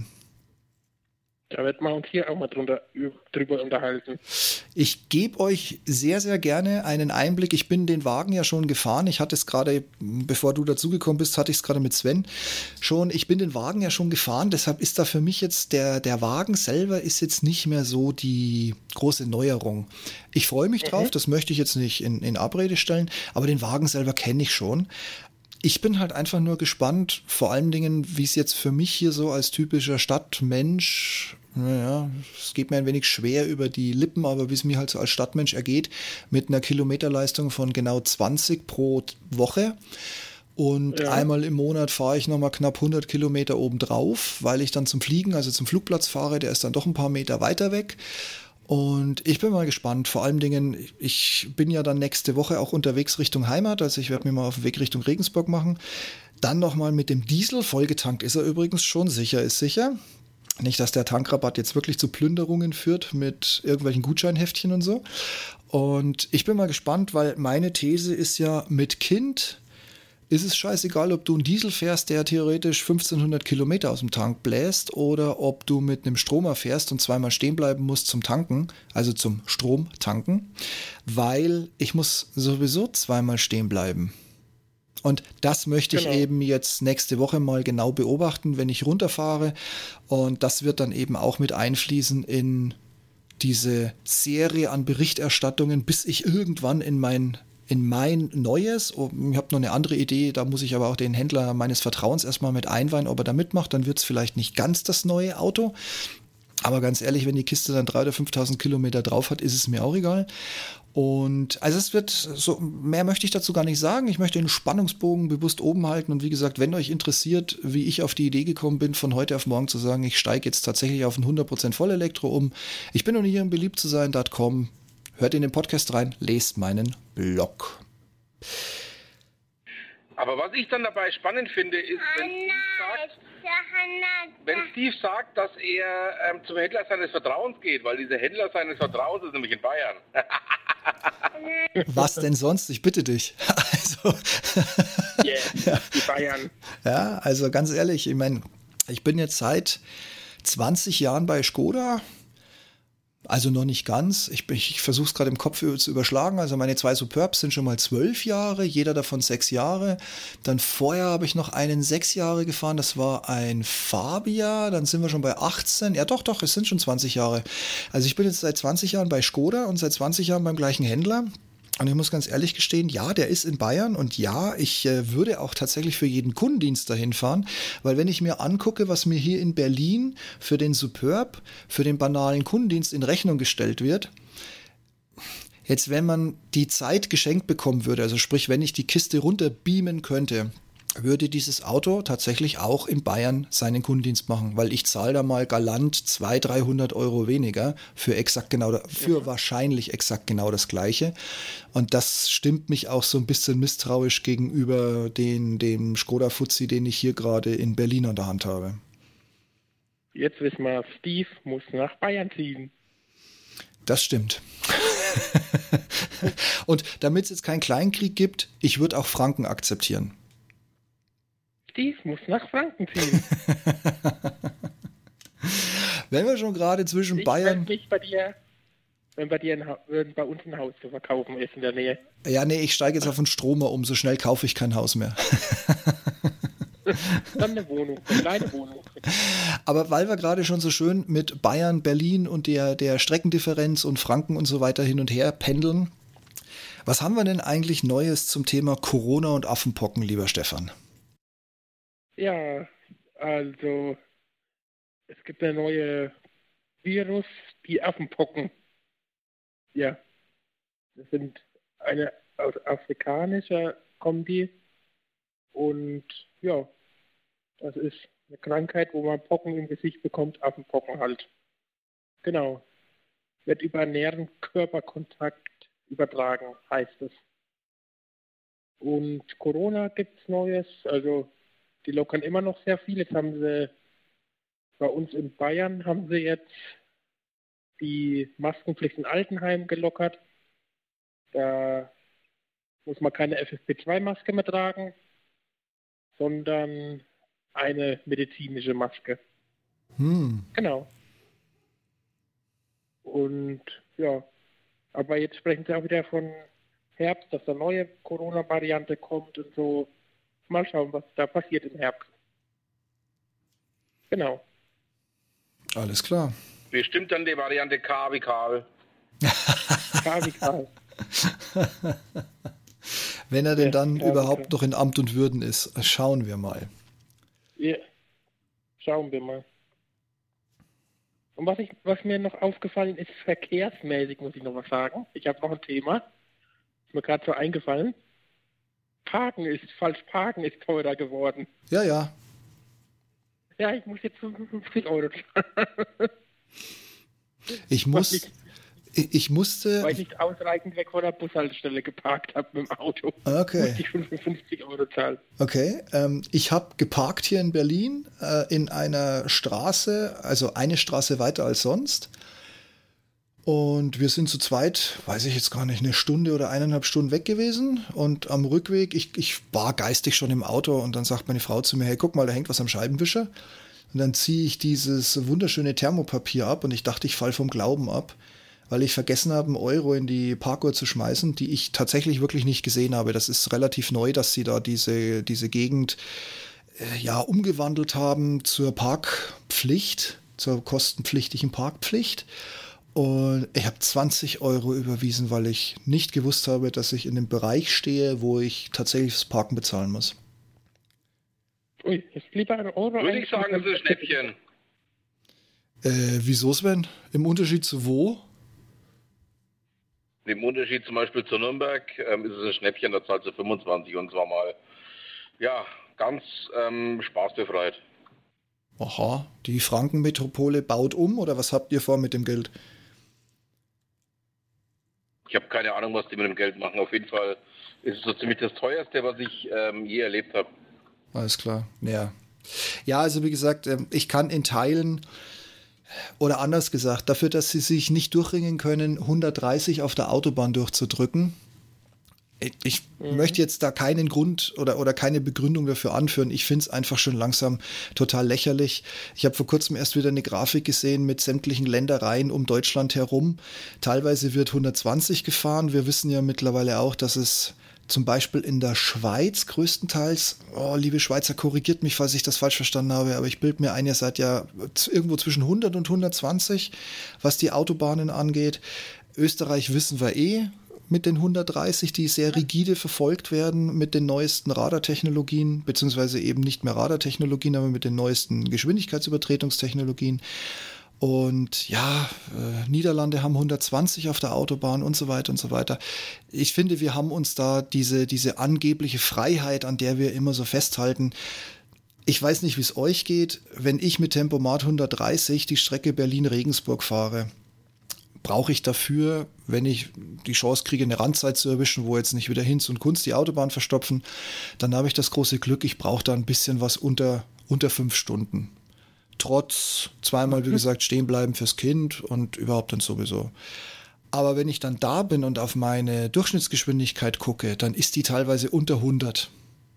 Da wird man uns hier auch mal drüber unterhalten. Ich gebe euch sehr, sehr gerne einen Einblick. Ich bin den Wagen ja schon gefahren. Ich hatte es gerade, bevor du dazugekommen bist, hatte ich es gerade mit Sven schon. Ich bin den Wagen ja schon gefahren. Deshalb ist da für mich jetzt der Wagen selber ist jetzt nicht mehr so die große Neuerung. Ich freue mich drauf. Das möchte ich jetzt nicht in Abrede stellen. Aber den Wagen selber kenne ich schon. Ich bin halt einfach nur gespannt, vor allen Dingen, wie es jetzt für mich hier so als typischer Stadtmensch, naja, es geht mir ein wenig schwer über die Lippen, aber wie es mir halt so als Stadtmensch ergeht, mit einer Kilometerleistung von genau 20 pro Woche. Und einmal im Monat fahre ich nochmal knapp 100 Kilometer obendrauf, weil ich dann zum Fliegen, also zum Flugplatz fahre, der ist dann doch ein paar Meter weiter weg. Und ich bin mal gespannt. Vor allen Dingen, ich bin ja dann nächste Woche auch unterwegs Richtung Heimat. Also ich werde mir mal auf den Weg Richtung Regensburg machen. Dann nochmal mit dem Diesel. Vollgetankt ist er übrigens schon. Sicher ist sicher. Nicht, dass der Tankrabatt jetzt wirklich zu Plünderungen führt mit irgendwelchen Gutscheinheftchen und so. Und ich bin mal gespannt, weil meine These ist ja, mit Kind ist es scheißegal, ob du einen Diesel fährst, der theoretisch 1500 Kilometer aus dem Tank bläst, oder ob du mit einem Stromer fährst und zweimal stehen bleiben musst zum Tanken, also zum Strom tanken, weil ich muss sowieso zweimal stehen bleiben. Und das möchte ich eben jetzt nächste Woche mal genau beobachten, wenn ich runterfahre. Und das wird dann eben auch mit einfließen in diese Serie an Berichterstattungen, bis ich irgendwann in mein neues, ich habe noch eine andere Idee, da muss ich aber auch den Händler meines Vertrauens erstmal mit einweihen, ob er da mitmacht, dann wird es vielleicht nicht ganz das neue Auto, aber ganz ehrlich, wenn die Kiste dann 3.000 oder 5.000 Kilometer drauf hat, ist es mir auch egal. Und also es wird so, mehr möchte ich dazu gar nicht sagen, ich möchte den Spannungsbogen bewusst oben halten und wie gesagt, wenn euch interessiert, wie ich auf die Idee gekommen bin, von heute auf morgen zu sagen, ich steige jetzt tatsächlich auf ein 100% Vollelektro um, ich bin noch nicht hier im beliebtzusein.com. Hört in den Podcast rein, lest meinen Blog. Aber was ich dann dabei spannend finde, ist, wenn Steve sagt, dass er zum Händler seines Vertrauens geht, weil dieser Händler seines Vertrauens ist nämlich in Bayern. Was denn sonst? Ich bitte dich. Also, die Bayern. Ja, also ganz ehrlich, ich meine, ich bin jetzt seit 20 Jahren bei Skoda. Also noch nicht ganz. Ich versuche es gerade im Kopf zu überschlagen. Also meine 2 Superbs sind schon mal 12 Jahre, jeder davon 6 Jahre. Dann vorher habe ich noch einen 6 Jahre gefahren, das war ein Fabia. Dann sind wir schon bei 18. Ja doch, es sind schon 20 Jahre. Also ich bin jetzt seit 20 Jahren bei Skoda und seit 20 Jahren beim gleichen Händler. Und ich muss ganz ehrlich gestehen, ja, der ist in Bayern und ja, ich würde auch tatsächlich für jeden Kundendienst dahin fahren, weil wenn ich mir angucke, was mir hier in Berlin für den Superb, für den banalen Kundendienst in Rechnung gestellt wird, jetzt wenn man die Zeit geschenkt bekommen würde, also sprich, wenn ich die Kiste runterbeamen könnte, würde dieses Auto tatsächlich auch in Bayern seinen Kundendienst machen, weil ich zahle da mal galant 200-300 Euro weniger für wahrscheinlich exakt genau das Gleiche. Und das stimmt mich auch so ein bisschen misstrauisch gegenüber dem Skoda Fuzzi, den ich hier gerade in Berlin an der Hand habe. Jetzt wissen wir, Steve muss nach Bayern ziehen. Das stimmt. Und damit es jetzt keinen Kleinkrieg gibt, ich würde auch Franken akzeptieren. Steve muss nach Franken ziehen. Wenn wir schon gerade zwischen Bayern... Nicht bei dir, wenn bei uns ein Haus zu verkaufen ist in der Nähe. Ja, nee, ich steige jetzt auf den Stromer um, so schnell kaufe ich kein Haus mehr. Dann eine Wohnung, eine kleine Wohnung. Aber weil wir gerade schon so schön mit Bayern, Berlin und der Streckendifferenz und Franken und so weiter hin und her pendeln, was haben wir denn eigentlich Neues zum Thema Corona und Affenpocken, lieber Stefan? Ja, also es gibt eine neue Virus, die Affenpocken. Ja, das sind eine aus afrikanischer kommen die und ja, das ist eine Krankheit, wo man Pocken im Gesicht bekommt, Affenpocken halt. Genau. Wird über näheren Körperkontakt übertragen, heißt es. Und Corona gibt's Neues, also die lockern immer noch sehr viel. Jetzt haben sie Bei uns in Bayern haben sie jetzt die Maskenpflicht in Altenheimen gelockert. Da muss man keine FFP2-Maske mehr tragen, sondern eine medizinische Maske. Genau. Und ja, aber jetzt sprechen sie auch wieder von Herbst, dass eine neue Corona-Variante kommt und so. Mal schauen, was da passiert im Herbst. Genau. Alles klar. Bestimmt dann die Variante K wie Karl. K wie Karl. Wenn er denn dann überhaupt noch in Amt und Würden ist, schauen wir mal. Ja, schauen wir mal. Und was mir noch aufgefallen ist, verkehrsmäßig muss ich noch was sagen. Ich habe noch ein Thema. Ist mir gerade so eingefallen. Falsch parken ist teurer geworden. Ja, ja. Ja, ich muss jetzt 55 Euro zahlen. Ich musste... Weil ich nicht ausreichend weg von der Bushaltestelle geparkt habe mit dem Auto. Okay. Musste ich 55 Euro zahlen. Okay. Ich habe geparkt hier in Berlin in einer Straße, also eine Straße weiter als sonst. Und wir sind zu zweit, weiß ich jetzt gar nicht, eine Stunde oder 1,5 Stunden weg gewesen. Und am Rückweg, ich war geistig schon im Auto und dann sagt meine Frau zu mir, hey, guck mal, da hängt was am Scheibenwischer. Und dann ziehe ich dieses wunderschöne Thermopapier ab und ich dachte, ich falle vom Glauben ab, weil ich vergessen habe, 1 Euro in die Parkuhr zu schmeißen, die ich tatsächlich wirklich nicht gesehen habe. Das ist relativ neu, dass sie da diese Gegend umgewandelt haben zur Parkpflicht, zur kostenpflichtigen Parkpflicht. Und ich habe 20 Euro überwiesen, weil ich nicht gewusst habe, dass ich in dem Bereich stehe, wo ich tatsächlich das Parken bezahlen muss. Ui, ist lieber 1 Euro. Würde ich sagen, das ist ein Schnäppchen. Wieso, Sven? Im Unterschied zu wo? Im Unterschied zum Beispiel zu Nürnberg ist es ein Schnäppchen, da zahlt sie 25 und zwar mal, ja, ganz spaßbefreit. Aha, die Frankenmetropole baut um oder was habt ihr vor mit dem Geld? Ich habe keine Ahnung, was die mit dem Geld machen. Auf jeden Fall ist es so ziemlich das teuerste, was ich je erlebt habe. Alles klar, ja. Ja, also wie gesagt, ich kann in Teilen, oder anders gesagt, dafür, dass sie sich nicht durchringen können, 130 auf der Autobahn durchzudrücken. Ich möchte jetzt da keinen Grund oder keine Begründung dafür anführen. Ich finde es einfach schon langsam total lächerlich. Ich habe vor kurzem erst wieder eine Grafik gesehen mit sämtlichen Ländereien um Deutschland herum. Teilweise wird 120 gefahren. Wir wissen ja mittlerweile auch, dass es zum Beispiel in der Schweiz größtenteils, liebe Schweizer, korrigiert mich, falls ich das falsch verstanden habe, aber ich bilde mir ein, ihr seid ja irgendwo zwischen 100 und 120, was die Autobahnen angeht. Österreich wissen wir mit den 130, die sehr rigide verfolgt werden, mit den neuesten Radartechnologien, beziehungsweise eben nicht mehr Radartechnologien, aber mit den neuesten Geschwindigkeitsübertretungstechnologien. Und ja, Niederlande haben 120 auf der Autobahn und so weiter und so weiter. Ich finde, wir haben uns da diese angebliche Freiheit, an der wir immer so festhalten. Ich weiß nicht, wie es euch geht, wenn ich mit Tempomat 130 die Strecke Berlin-Regensburg fahre. Brauche ich dafür, wenn ich die Chance kriege, eine Randzeit zu erwischen, wo jetzt nicht wieder Hinz und Kunz die Autobahn verstopfen, dann habe ich das große Glück, ich brauche da ein bisschen was unter 5 Stunden. Trotz zweimal, wie gesagt, stehen bleiben fürs Kind und überhaupt dann sowieso. Aber wenn ich dann da bin und auf meine Durchschnittsgeschwindigkeit gucke, dann ist die teilweise unter 100.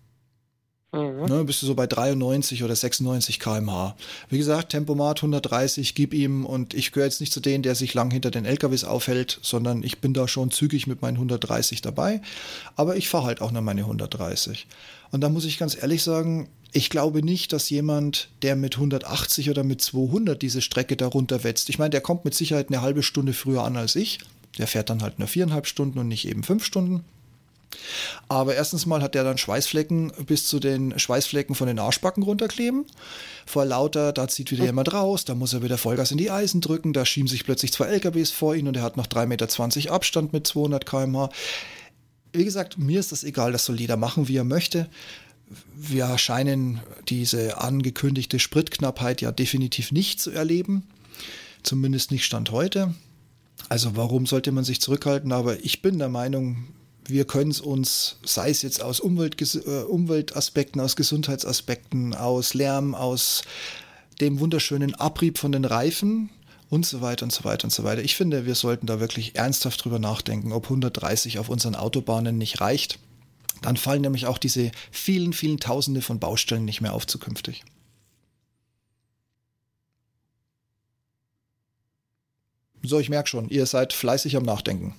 Ne, bist du so bei 93 oder 96 km/h. Wie gesagt, Tempomat 130, gib ihm, und ich gehöre jetzt nicht zu denen, der sich lang hinter den LKWs aufhält, sondern ich bin da schon zügig mit meinen 130 dabei, aber ich fahre halt auch nur meine 130. Und da muss ich ganz ehrlich sagen, ich glaube nicht, dass jemand, der mit 180 oder mit 200 diese Strecke da runterwetzt, ich meine, der kommt mit Sicherheit eine halbe Stunde früher an als ich, der fährt dann halt nur 4,5 Stunden und nicht eben 5 Stunden. Aber erstens mal hat der dann Schweißflecken bis zu den Schweißflecken von den Arschbacken runterkleben. Vor lauter, da zieht wieder jemand raus, da muss er wieder Vollgas in die Eisen drücken, da schieben sich plötzlich 2 LKWs vor ihn und er hat noch 3,20 Meter Abstand mit 200 km/h. Wie gesagt, mir ist das egal, das soll jeder machen, wie er möchte. Wir scheinen diese angekündigte Spritknappheit ja definitiv nicht zu erleben. Zumindest nicht Stand heute. Also warum sollte man sich zurückhalten? Aber ich bin der Meinung, wir können es uns, sei es jetzt aus Umweltaspekten, aus Gesundheitsaspekten, aus Lärm, aus dem wunderschönen Abrieb von den Reifen und so weiter und so weiter und so weiter. Ich finde, wir sollten da wirklich ernsthaft drüber nachdenken, ob 130 auf unseren Autobahnen nicht reicht. Dann fallen nämlich auch diese vielen, vielen Tausende von Baustellen nicht mehr auf zukünftig. So, ich merke schon, ihr seid fleißig am Nachdenken.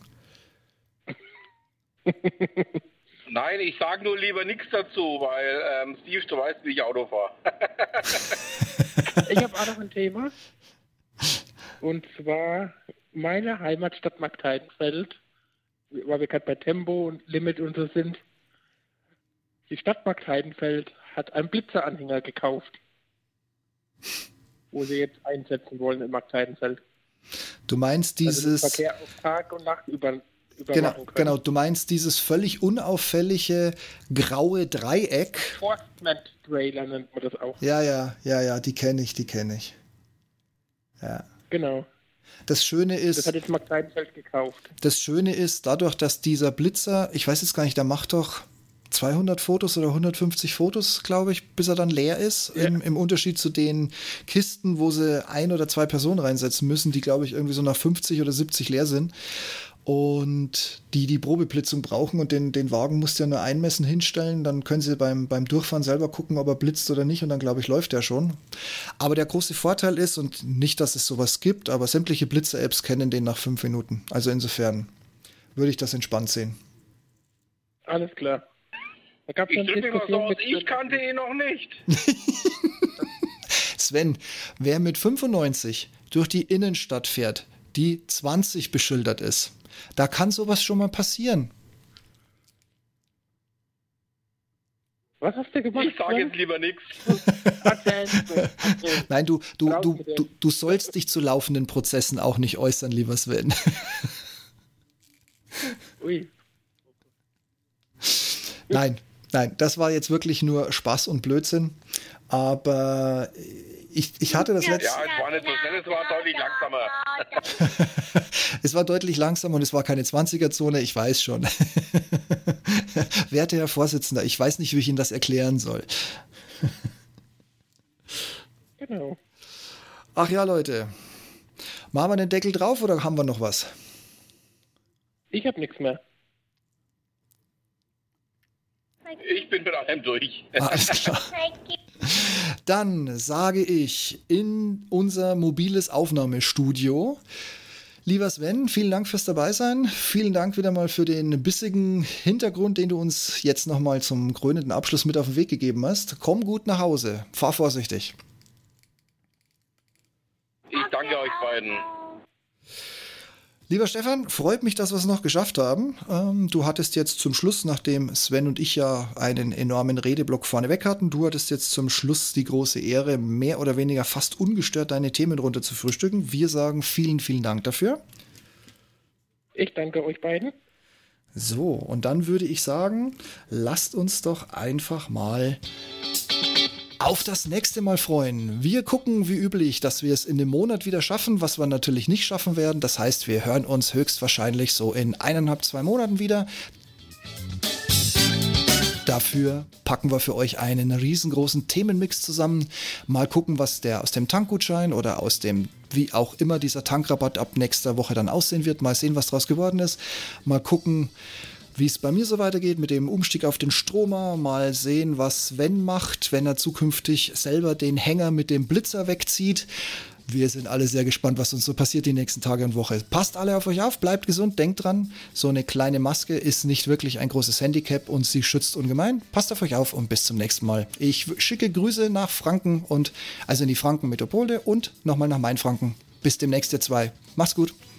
Nein, ich sage nur lieber nichts dazu, weil Steve, du weißt, wie ich Auto fahre. Ich habe auch noch ein Thema. Und zwar meine Heimatstadt Marktheidenfeld, weil wir gerade bei Tempo und Limit und so sind. Die Stadt Marktheidenfeld hat einen Blitzeranhänger gekauft, wo sie jetzt einsetzen wollen in Marktheidenfeld. Du meinst dieses... Also Verkehr auf Tag und Nacht überwachen können. Genau, du meinst dieses völlig unauffällige graue Dreieck. Enforcement-Trailer nennt man das auch. Ja, die kenne ich. Ja. Genau. Das Schöne ist... Das hat jetzt Marktheidenfeld gekauft. Das Schöne ist, dadurch, dass dieser Blitzer, ich weiß jetzt gar nicht, der macht doch 200 Fotos oder 150 Fotos, glaube ich, bis er dann leer ist. Ja. Im Unterschied zu den Kisten, wo sie 1 oder 2 Personen reinsetzen müssen, die, glaube ich, irgendwie so nach 50 oder 70 leer sind. Und die Probeblitzung brauchen und den Wagen musst du ja nur einmessen, hinstellen, dann können sie beim Durchfahren selber gucken, ob er blitzt oder nicht und dann, glaube ich, läuft er schon. Aber der große Vorteil ist, und nicht, dass es sowas gibt, aber sämtliche Blitzer-Apps kennen den nach 5 Minuten. Also insofern würde ich das entspannt sehen. Alles klar. Ich drücke mich mal so aus, ich kannte ihn noch nicht. Sven, wer mit 95 durch die Innenstadt fährt, die 20 beschildert ist, da kann sowas schon mal passieren. Was hast du gemacht? Ich sage jetzt lieber nichts. Nein, du sollst dich zu laufenden Prozessen auch nicht äußern, lieber Sven. Ui. Nein, das war jetzt wirklich nur Spaß und Blödsinn. Aber ich hatte das letzte... Ja, es war nicht so schnell, es war deutlich langsamer. Es war deutlich langsamer und es war keine 20er-Zone, ich weiß schon. Werte Herr Vorsitzender, ich weiß nicht, wie ich Ihnen das erklären soll. Genau. Ach ja, Leute. Machen wir den Deckel drauf oder haben wir noch was? Ich habe nichts mehr. Ich bin mit allem durch. Alles klar. Dann sage ich in unser mobiles Aufnahmestudio, lieber Sven, vielen Dank fürs Dabeisein. Vielen Dank wieder mal für den bissigen Hintergrund, den du uns jetzt nochmal zum krönenden Abschluss mit auf den Weg gegeben hast. Komm gut nach Hause. Fahr vorsichtig. Ich danke euch beiden. Lieber Stefan, freut mich, dass wir es noch geschafft haben. Du hattest jetzt zum Schluss, nachdem Sven und ich ja einen enormen Redeblock vorneweg hatten, du hattest jetzt zum Schluss die große Ehre, mehr oder weniger fast ungestört deine Themen runter zu frühstücken. Wir sagen vielen, vielen Dank dafür. Ich danke euch beiden. So, und dann würde ich sagen, lasst uns doch einfach mal auf das nächste Mal freuen. Wir gucken wie üblich, dass wir es in dem Monat wieder schaffen, was wir natürlich nicht schaffen werden. Das heißt, wir hören uns höchstwahrscheinlich so in 1,5, 2 Monaten wieder. Dafür packen wir für euch einen riesengroßen Themenmix zusammen. Mal gucken, was der aus dem Tankgutschein oder aus dem, wie auch immer, dieser Tankrabatt ab nächster Woche dann aussehen wird. Mal sehen, was draus geworden ist. Mal gucken, wie es bei mir so weitergeht mit dem Umstieg auf den Stromer. Mal sehen, was Sven macht, wenn er zukünftig selber den Hänger mit dem Blitzer wegzieht. Wir sind alle sehr gespannt, was uns so passiert die nächsten Tage und Woche. Passt alle auf euch auf, bleibt gesund, denkt dran, so eine kleine Maske ist nicht wirklich ein großes Handicap und sie schützt ungemein. Passt auf euch auf und bis zum nächsten Mal. Ich schicke Grüße nach Franken also in die Franken-Metropole und nochmal nach Mainfranken. Bis demnächst, ihr zwei. Macht's gut.